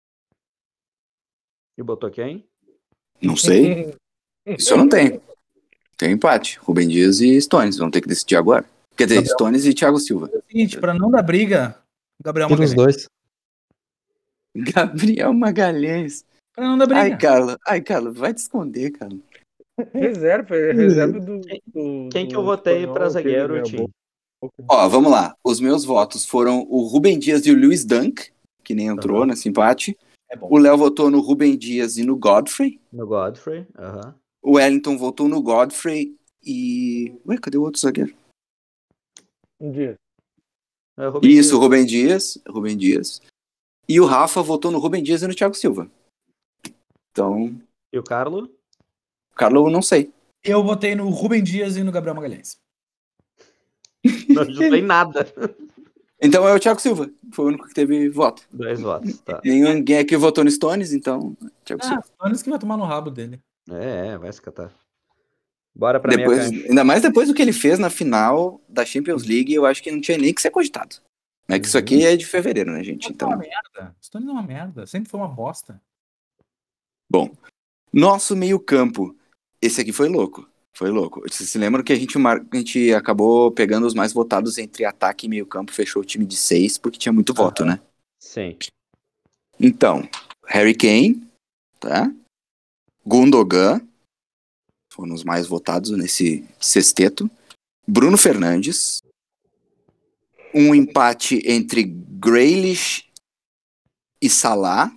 E botou quem? Não sei. Isso eu não tenho. Tem empate. Rubem Dias e Stones. Vão ter que decidir agora. Quer dizer, Gabriel. Stones e Thiago Silva. É o seguinte, pra não dar briga, o Gabriel Tira os Magalhães. dois. Gabriel Magalhães. Pra não dar briga. Ai, Carla, vai te esconder, cara. Reserva do Quem que eu do votei espanhol, pra aquele zagueiro, meia Tim? boca. Ó, vamos lá. Os meus votos foram o Rubem Dias e o Lewis Dunk, que nem entrou Aham. nesse empate. É bom. O Léo votou no Rubem Dias e no Godfrey. No Godfrey. Aham. O Wellington votou no Godfrey e... Ué, cadê o outro zagueiro? Um dia. Rubem Isso, Dias. Rubem Dias. E o Rafa votou no Rubem Dias e no Thiago Silva. Então, E o Carlo? Carlos, eu não sei. Eu votei no Rubem Dias e no Gabriel Magalhães. Não ajudou em nada. Então é o Thiago Silva. Foi o único que teve voto. 2 votos, tá. Ninguém aqui votou no Stones, então Thiago Silva. Stones que vai tomar no rabo dele. Vai se catar. Bora pra minha Depois, cancha. ainda mais depois do que ele fez na final da Champions League, eu acho que não tinha nem que ser cogitado. É que isso aqui é de fevereiro, né, gente? Stones é uma Então, merda. Stones é uma merda. Sempre foi uma bosta. bom. Nosso meio-campo. Esse aqui foi louco. Foi louco. Vocês se lembram que a gente acabou pegando os mais votados entre ataque e meio campo, fechou o time de 6, porque tinha muito voto, né? Sim. Então, Harry Kane, tá? Gundogan, foram os mais votados nesse sexteto. Bruno Fernandes. Um empate entre Grealish e Salah.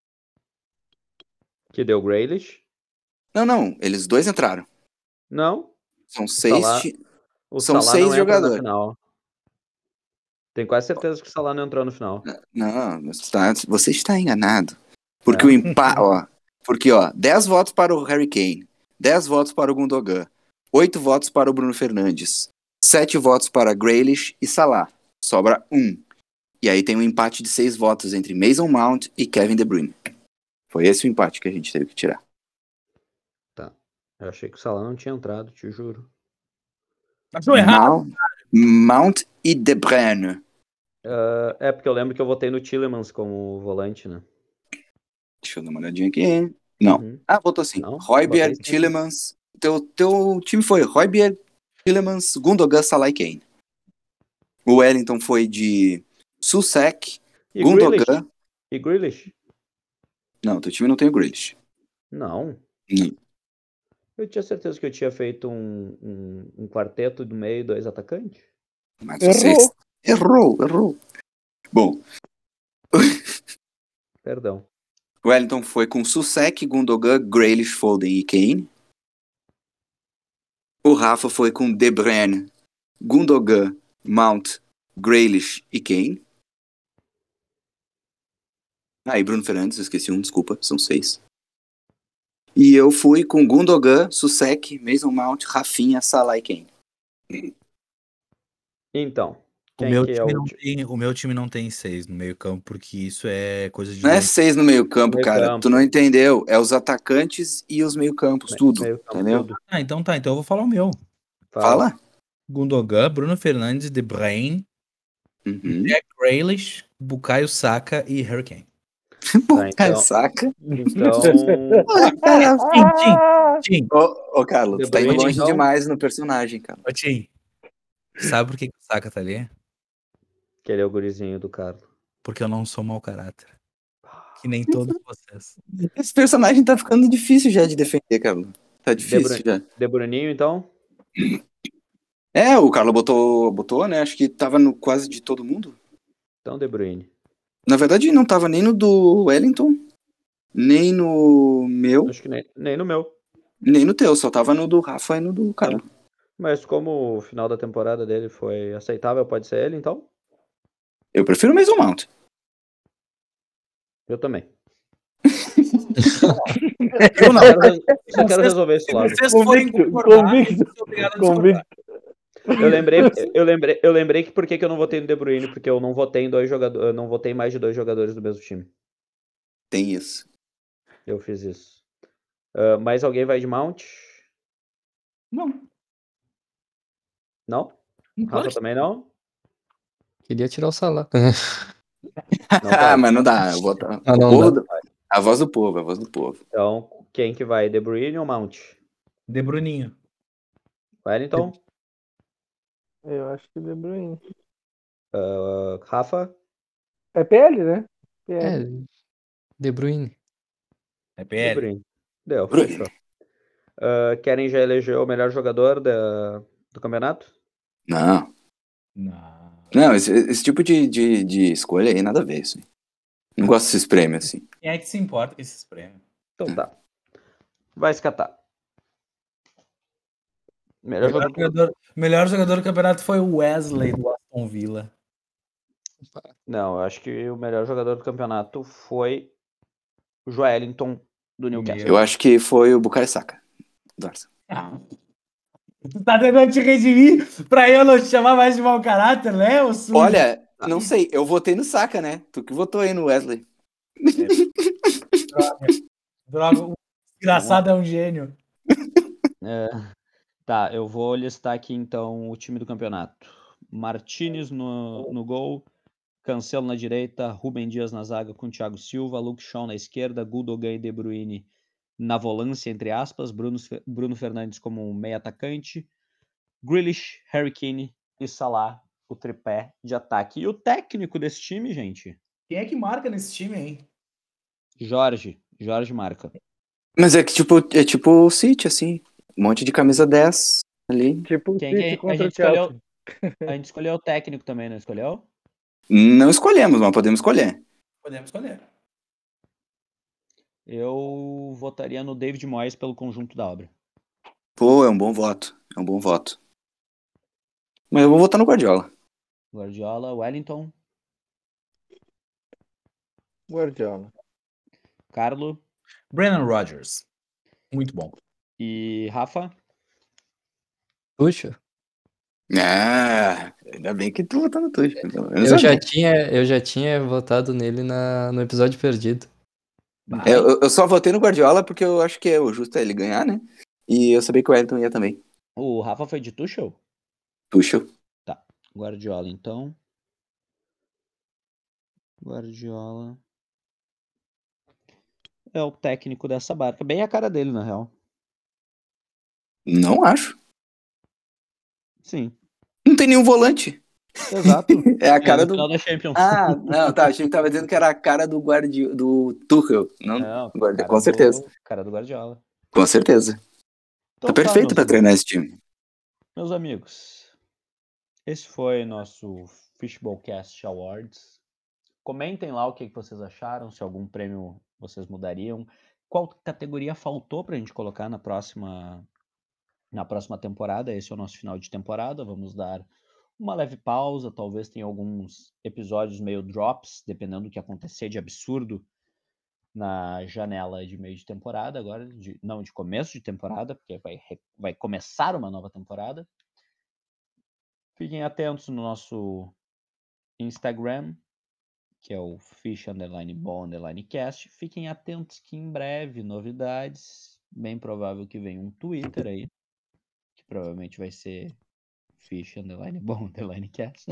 Que deu Grealish? Não, eles dois entraram. Não. São O seis, Salah, o são Salah seis não entra na jogadores. final. Tenho quase certeza que o Salah não entrou no final. Não, você está enganado. Porque É. o empate, porque 10 votos para o Harry Kane, 10 votos para o Gundogan, 8 votos para o Bruno Fernandes, 7 votos para Grealish e Salah. Sobra 1. E aí tem um empate de 6 votos entre Mason Mount e Kevin De Bruyne. Foi esse o empate que a gente teve que tirar. Tá. Eu achei que o Salah não tinha entrado, te juro. Achou errado. Mount e De Bruyne. É porque eu lembro que eu votei no Tielemans como volante, né? Deixa eu dar uma olhadinha aqui. Não. Uhum. Votou sim. Não, Højbjerg, botei sim. Tielemans. Teu time foi Højbjerg, Tielemans, Gundogan, Salah e Kane. O Wellington foi de Soucek, E Gundogan. Grealish? Não, teu time não tem o Grealish. Não. Não. Eu tinha certeza que eu tinha feito um quarteto do meio e 2 atacantes. Mas você errou. Bom, Perdão. o Wellington foi com Soucek, Gundogan, Grealish, Foden e Kane. O Rafa foi com De Bruyne, Gundogan, Mount, Grealish e Kane. E Bruno Fernandes, eu esqueci um, desculpa, são 6. E eu fui com Gundogan, Soucek, Mason Mount, Rafinha, Salah e Kane. Então, O quem meu, que é time o não tem, o meu time não tem 6 no meio campo, porque isso é coisa de... Não é 6 no meio campo, Meio cara. campo. Tu não entendeu. É os atacantes e os meio campos, tudo. meio campo, Entendeu? tudo? Então tá, então eu vou falar o meu. Fala. Gundogan, Bruno Fernandes, De Bruyne, Uhum. Jack Grealish, Bukayo Saka e Harry Kane. Tá, então, Saca? então Tim, Ô, Carlos, De tu tá indo Bruyne, longe então? demais no personagem, cara. ô Tim, sabe por que o Saka tá ali? que ele é o gurizinho do Carlos. Porque eu não sou mau caráter. Que nem todos vocês. Esse personagem tá ficando difícil já de defender, Carlos. Tá difícil já. De Bruninho, então? O Carlos botou, né? Acho que tava no quase de todo mundo. Então, De Bruyne. Na verdade, não tava nem no do Wellington, nem no meu, Acho que nem no meu. nem no teu. Só tava no do Rafa e no do Carlos. Mas como o final da temporada dele foi aceitável, pode ser ele, então? Eu prefiro o Mason Mount. Eu também. Eu não. Só quero resolver isso logo. Se vocês forem concordar, eu sou obrigado a discordar. Eu lembrei que por que eu não votei no De Bruyne, porque eu não votei em 2 jogadores, eu não votei em mais de 2 jogadores do mesmo time. Tem isso. Eu fiz isso. Mais alguém vai de Mount? Não. Não? Claro Rafa que- também não? Queria tirar o Salah. Não pode. Mas não dá. Eu vou botar. Não dá. A voz do povo, a voz do povo. Então, quem que vai? De Bruyne ou Mount? De Bruninho. Wellington? Eu acho que De Bruyne. Rafa? É PL, né? É, PL. De Bruyne. É De PL. Bruyne. Deu, Bruyne. fechou. Querem já eleger o melhor jogador do campeonato? Não. Não, esse tipo de escolha aí, nada a ver isso. Não gosto desses prêmios, assim. Quem é que se importa com esses prêmios? Então tá. Vai escatar. Melhor jogador do campeonato foi o Wesley do Aston Villa. Não, eu acho que o melhor jogador do campeonato foi o Joelinton do Newcastle. Eu acho que foi o Bukayo Saka. Do Arsenal. Tu tá tentando te redimir pra eu não te chamar mais de mau caráter, né, ô sujo? Olha, não sei, eu votei no Saka, né? Tu que votou aí no Wesley. Droga, o desgraçado é um gênio. Tá, eu vou listar aqui então o time do campeonato. Martínez no gol, Cancelo na direita, Rúben Dias na zaga com Thiago Silva, Luke Shaw na esquerda, Gundogan e De Bruyne na volância, entre aspas, Bruno Fernandes como um meio atacante, Grealish, Harry Kane e Salah, o tripé de ataque. E o técnico desse time, gente? Quem é que marca nesse time, hein? Jorge marca. Mas é que é tipo o City, assim. Um monte de camisa 10 ali. Tipo o Quem que City a contra o gente escolheu? Chelsea. A gente escolheu o técnico também, não escolheu? Não escolhemos, mas podemos escolher. Podemos escolher. Eu votaria no David Moyes pelo conjunto da obra. Pô, é um bom voto. É um bom voto. Mas eu vou votar no Guardiola. Guardiola, Wellington, Guardiola. Carlo Brennan Rodgers. Muito bom. e Rafa. Puxa, Ah, ainda bem que tu votou no Tuchel. Pelo menos eu já tinha votado nele no episódio perdido. Eu só votei no Guardiola porque eu acho que é o justo é ele ganhar, né? E eu sabia que o Wellington ia também. O Rafa foi de Tuchel? Tuchel. Tá. Guardiola, então. Guardiola é o técnico dessa barca. Bem a cara dele, na real. Não acho. Sim. Não tem nenhum volante. Exato. É a cara No do... final da Champions. Ah, não, tá. Achei que tava dizendo que era a cara do Tuchel. Não, Não, Com certeza. Cara do Guardiola. Com certeza. Então Tá perfeito pra treinar esse time. Meus amigos, esse foi nosso Fishballcast Awards. Comentem lá o que vocês acharam, se algum prêmio vocês mudariam, qual categoria faltou pra gente colocar na próxima temporada. Esse é o nosso final de temporada, vamos dar uma leve pausa, talvez tenha alguns episódios meio drops, dependendo do que acontecer de absurdo na janela de meio de temporada agora, de começo de temporada, porque vai começar uma nova temporada. Fiquem atentos no nosso Instagram, que é o fish_ball_cast. Fiquem atentos que em breve novidades, bem provável que venha um Twitter aí, que provavelmente vai ser fish_ball_cast.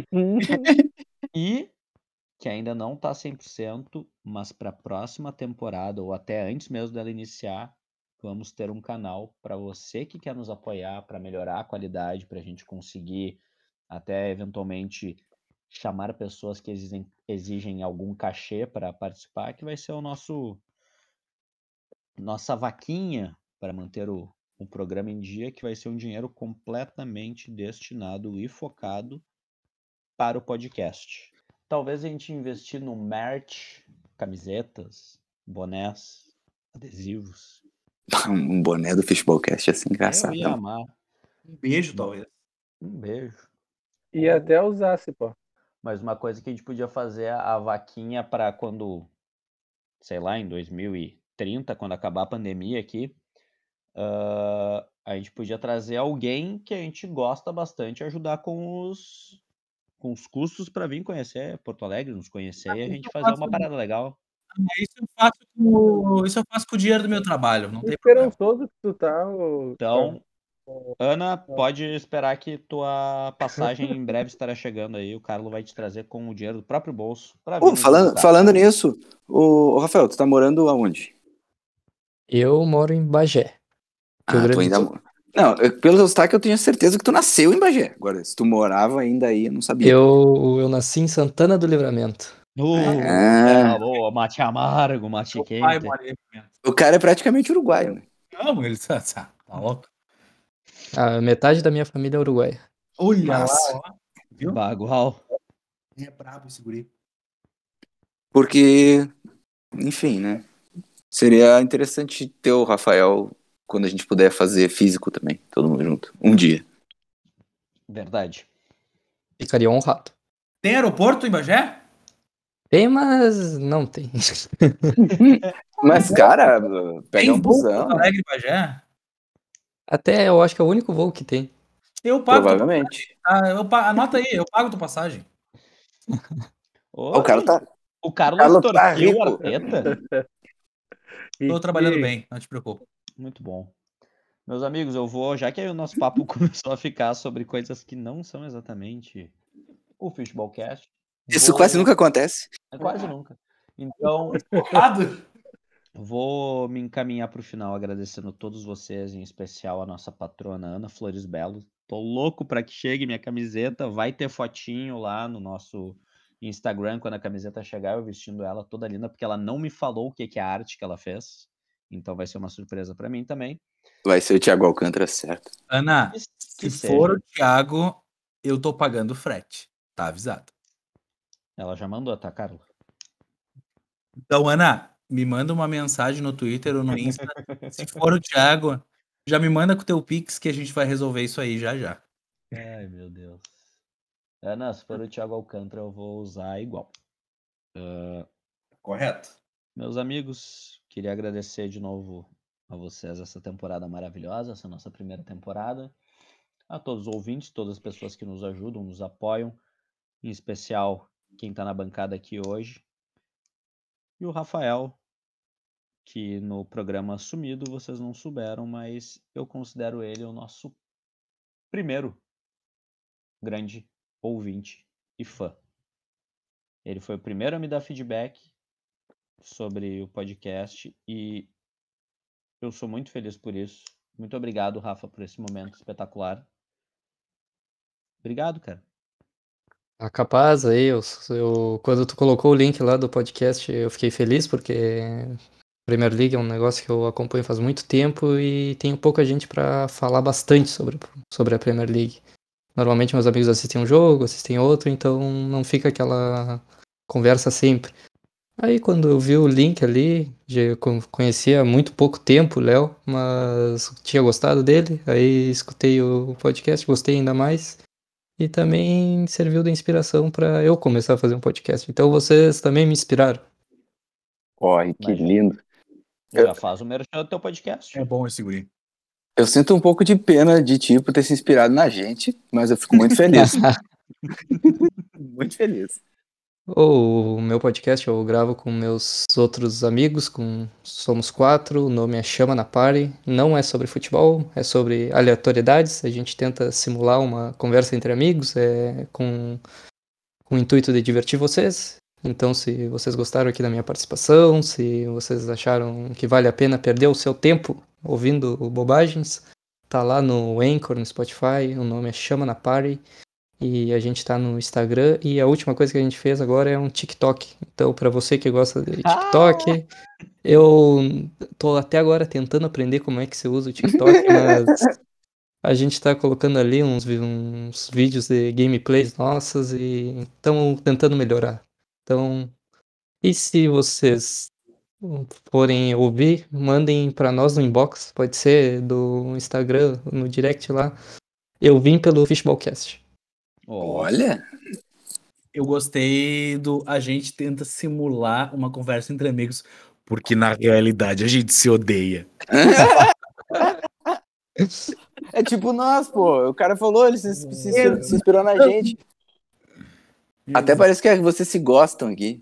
E que ainda não tá 100%, mas para a próxima temporada, ou até antes mesmo dela iniciar, vamos ter um canal para você que quer nos apoiar, para melhorar a qualidade, para a gente conseguir até eventualmente chamar pessoas que exigem algum cachê para participar, que vai ser o nossa vaquinha para manter o programa em dia, que vai ser um dinheiro completamente destinado e focado para o podcast. Talvez a gente investir no merch, camisetas, bonés, adesivos. Um boné do Fishballcast assim, Eu engraçado. ia amar. Um beijo, talvez. Um beijo. E até usasse, pô. Mas uma coisa que a gente podia fazer é a vaquinha para quando, sei lá, em 2030, quando acabar a pandemia aqui, a gente podia trazer alguém que a gente gosta bastante e ajudar com os custos para vir conhecer Porto Alegre, nos conhecer e a gente fazer uma parada legal. Isso eu faço com o dinheiro do meu trabalho, não tem problema. Esperançoso que tu tá, Então, Ana, pode esperar que tua passagem em breve estará chegando aí. O Carlos vai te trazer com o dinheiro do próprio bolso. Falando nisso, o Rafael, tu tá morando aonde? Eu moro em Bagé. Rio Tu Grande ainda... do Sul. Não, pelo teu sotaque eu tenho certeza que tu nasceu em Bagé. Agora, se tu morava ainda aí, eu não sabia. Eu nasci em Santana do Livramento. Boa, mate amargo, mate quente. O cara é praticamente uruguaio, né? Não, ele tá louco. A metade da minha família é uruguaia. Olha Massa. lá, ó. Viu? Bagual. É brabo esse guri. Porque, enfim, né? Seria interessante ter o Rafael quando a gente puder fazer físico também, todo mundo junto. Um dia. Verdade. Ficaria honrado. Tem aeroporto em Bagé? Tem, mas não tem. Mas, cara, pega um Tem voo busão. Porto Alegre em Bagé? Até eu acho que é o único voo que tem. Eu pago. Provavelmente. Anota aí, eu pago tua passagem. O cara tá. O Carlos Carlos tá torceu o rico. Arteta? Tô trabalhando bem, não te preocupe. Muito bom. Meus amigos, eu vou, já que aí o nosso papo começou a ficar sobre coisas que não são exatamente o Fishballcast. Isso quase nunca acontece. Quase nunca. Então, Vou me encaminhar para o final agradecendo todos vocês, em especial a nossa patrona Ana Flores Belo. Tô louco para que chegue minha camiseta. Vai ter fotinho lá no nosso Instagram quando a camiseta chegar, eu vestindo ela toda linda, porque ela não me falou o que é a arte que ela fez. Então vai ser uma surpresa para mim também. Vai ser o Thiago Alcântara, certo. Ana, Que se for seja. o Thiago, eu tô pagando frete. Tá avisado. Ela já mandou, tá, Carla? Então, Ana, me manda uma mensagem no Twitter ou no Insta. Se for o Thiago, já me manda com o teu Pix que a gente vai resolver isso aí já já. Ai, meu Deus. Ana, se for o Thiago Alcântara, eu vou usar igual. Correto. Meus amigos, queria agradecer de novo a vocês essa temporada maravilhosa, essa nossa primeira temporada. A todos os ouvintes, todas as pessoas que nos ajudam, nos apoiam, em especial quem está na bancada aqui hoje. E o Rafael, que no programa Sumido vocês não souberam, mas eu considero ele o nosso primeiro grande ouvinte e fã. Ele foi o primeiro a me dar feedback sobre o podcast e eu sou muito feliz por isso. Muito obrigado, Rafa, por esse momento espetacular. Obrigado, cara. Ah, capaz aí, quando tu colocou o link lá do podcast, eu fiquei feliz, porque Premier League é um negócio que eu acompanho faz muito tempo e tenho pouca gente pra falar bastante sobre a Premier League. Normalmente meus amigos assistem um jogo, assistem outro, então não fica aquela conversa sempre. Aí quando eu vi o link ali, já conhecia há muito pouco tempo o Léo, mas tinha gostado dele, aí escutei o podcast, gostei ainda mais. E também serviu de inspiração para eu começar a fazer um podcast. Então vocês também me inspiraram. Olha, que Mas lindo. já faz o merchan do teu podcast. É bom esse guri. Eu sinto um pouco de pena de tipo ter se inspirado na gente, mas eu fico muito feliz. Muito feliz. O meu podcast eu gravo com meus outros amigos, somos 4, o nome é Chama na Party. Não é sobre futebol, é sobre aleatoriedades. A gente tenta simular uma conversa entre amigos, com o intuito de divertir vocês. Então, se vocês gostaram aqui da minha participação, se vocês acharam que vale a pena perder o seu tempo ouvindo bobagens, tá lá no Anchor, no Spotify, o nome é Chama na Party. E a gente tá no Instagram. E a última coisa que a gente fez agora é um TikTok. Então, pra você que gosta de TikTok, eu tô até agora tentando aprender como é que se usa o TikTok, mas a gente tá colocando ali uns vídeos de gameplays nossas e estamos tentando melhorar. Então, e se vocês forem ouvir, mandem pra nós no inbox, pode ser do Instagram, no direct lá. Eu vim pelo Fishballcast. Olha, Eu gostei do a gente tenta simular uma conversa entre amigos, porque na realidade a gente se odeia. é tipo nós, pô. O cara falou, ele se inspirou na gente. Até parece que vocês se gostam aqui.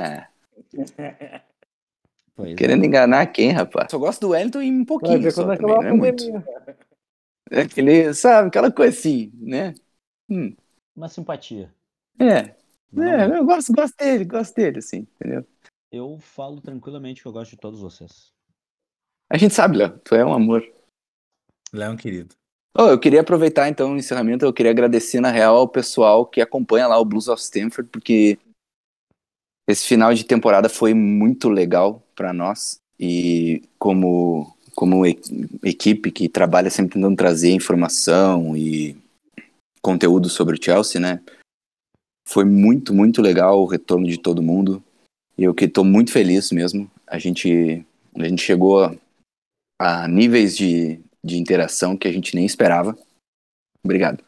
Pois Querendo enganar quem, rapaz? Só gosto do Wellington e um Vai pouquinho ver só quando também, acabar não a é muito. pandemia. É aquele, sabe, aquela coisa assim, né? uma simpatia. Eu gosto dele, assim, entendeu? Eu falo tranquilamente que eu gosto de todos vocês. A gente sabe, Léo, tu é um amor. Léo, querido. Eu queria aproveitar, então, o encerramento, eu queria agradecer, na real, ao pessoal que acompanha lá o Blues of Stanford, porque esse final de temporada foi muito legal pra nós, e como equipe que trabalha sempre tentando trazer informação e conteúdo sobre o Chelsea, né? Foi muito, muito legal o retorno de todo mundo, e eu que estou muito feliz mesmo. A gente chegou a níveis de interação que a gente nem esperava. Obrigado.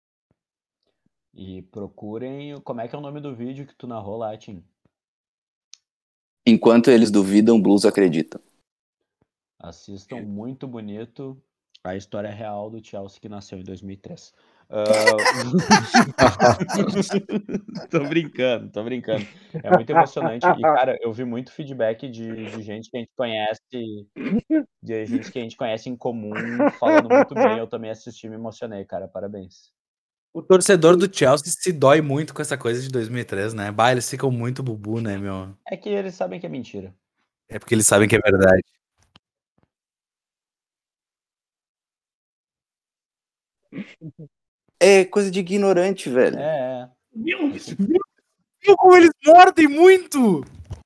E procurem como é que é o nome do vídeo que tu narrou lá, Tim? Enquanto eles duvidam, Blues acredita. Assistam, muito bonito, a história real do Chelsea que nasceu em 2003. Tô brincando. É muito emocionante. E, cara, eu vi muito feedback de gente que a gente conhece em comum, falando muito bem. Eu também assisti e me emocionei, cara. Parabéns. O torcedor do Chelsea se dói muito com essa coisa de 2003, né? Bah, eles ficam muito bubu, né, meu? É que eles sabem que é mentira. É porque eles sabem que é verdade. É coisa de ignorante, velho. É. Viu como eles mordem muito?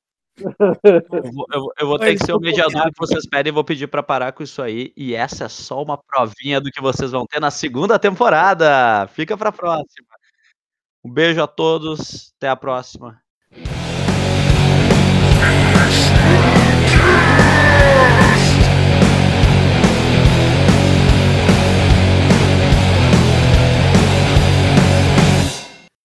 Eu vou ter que ser o mediador que vocês pedem e vou pedir pra parar com isso aí. E essa é só uma provinha do que vocês vão ter na segunda temporada. Fica pra próxima. Um beijo a todos. Até a próxima.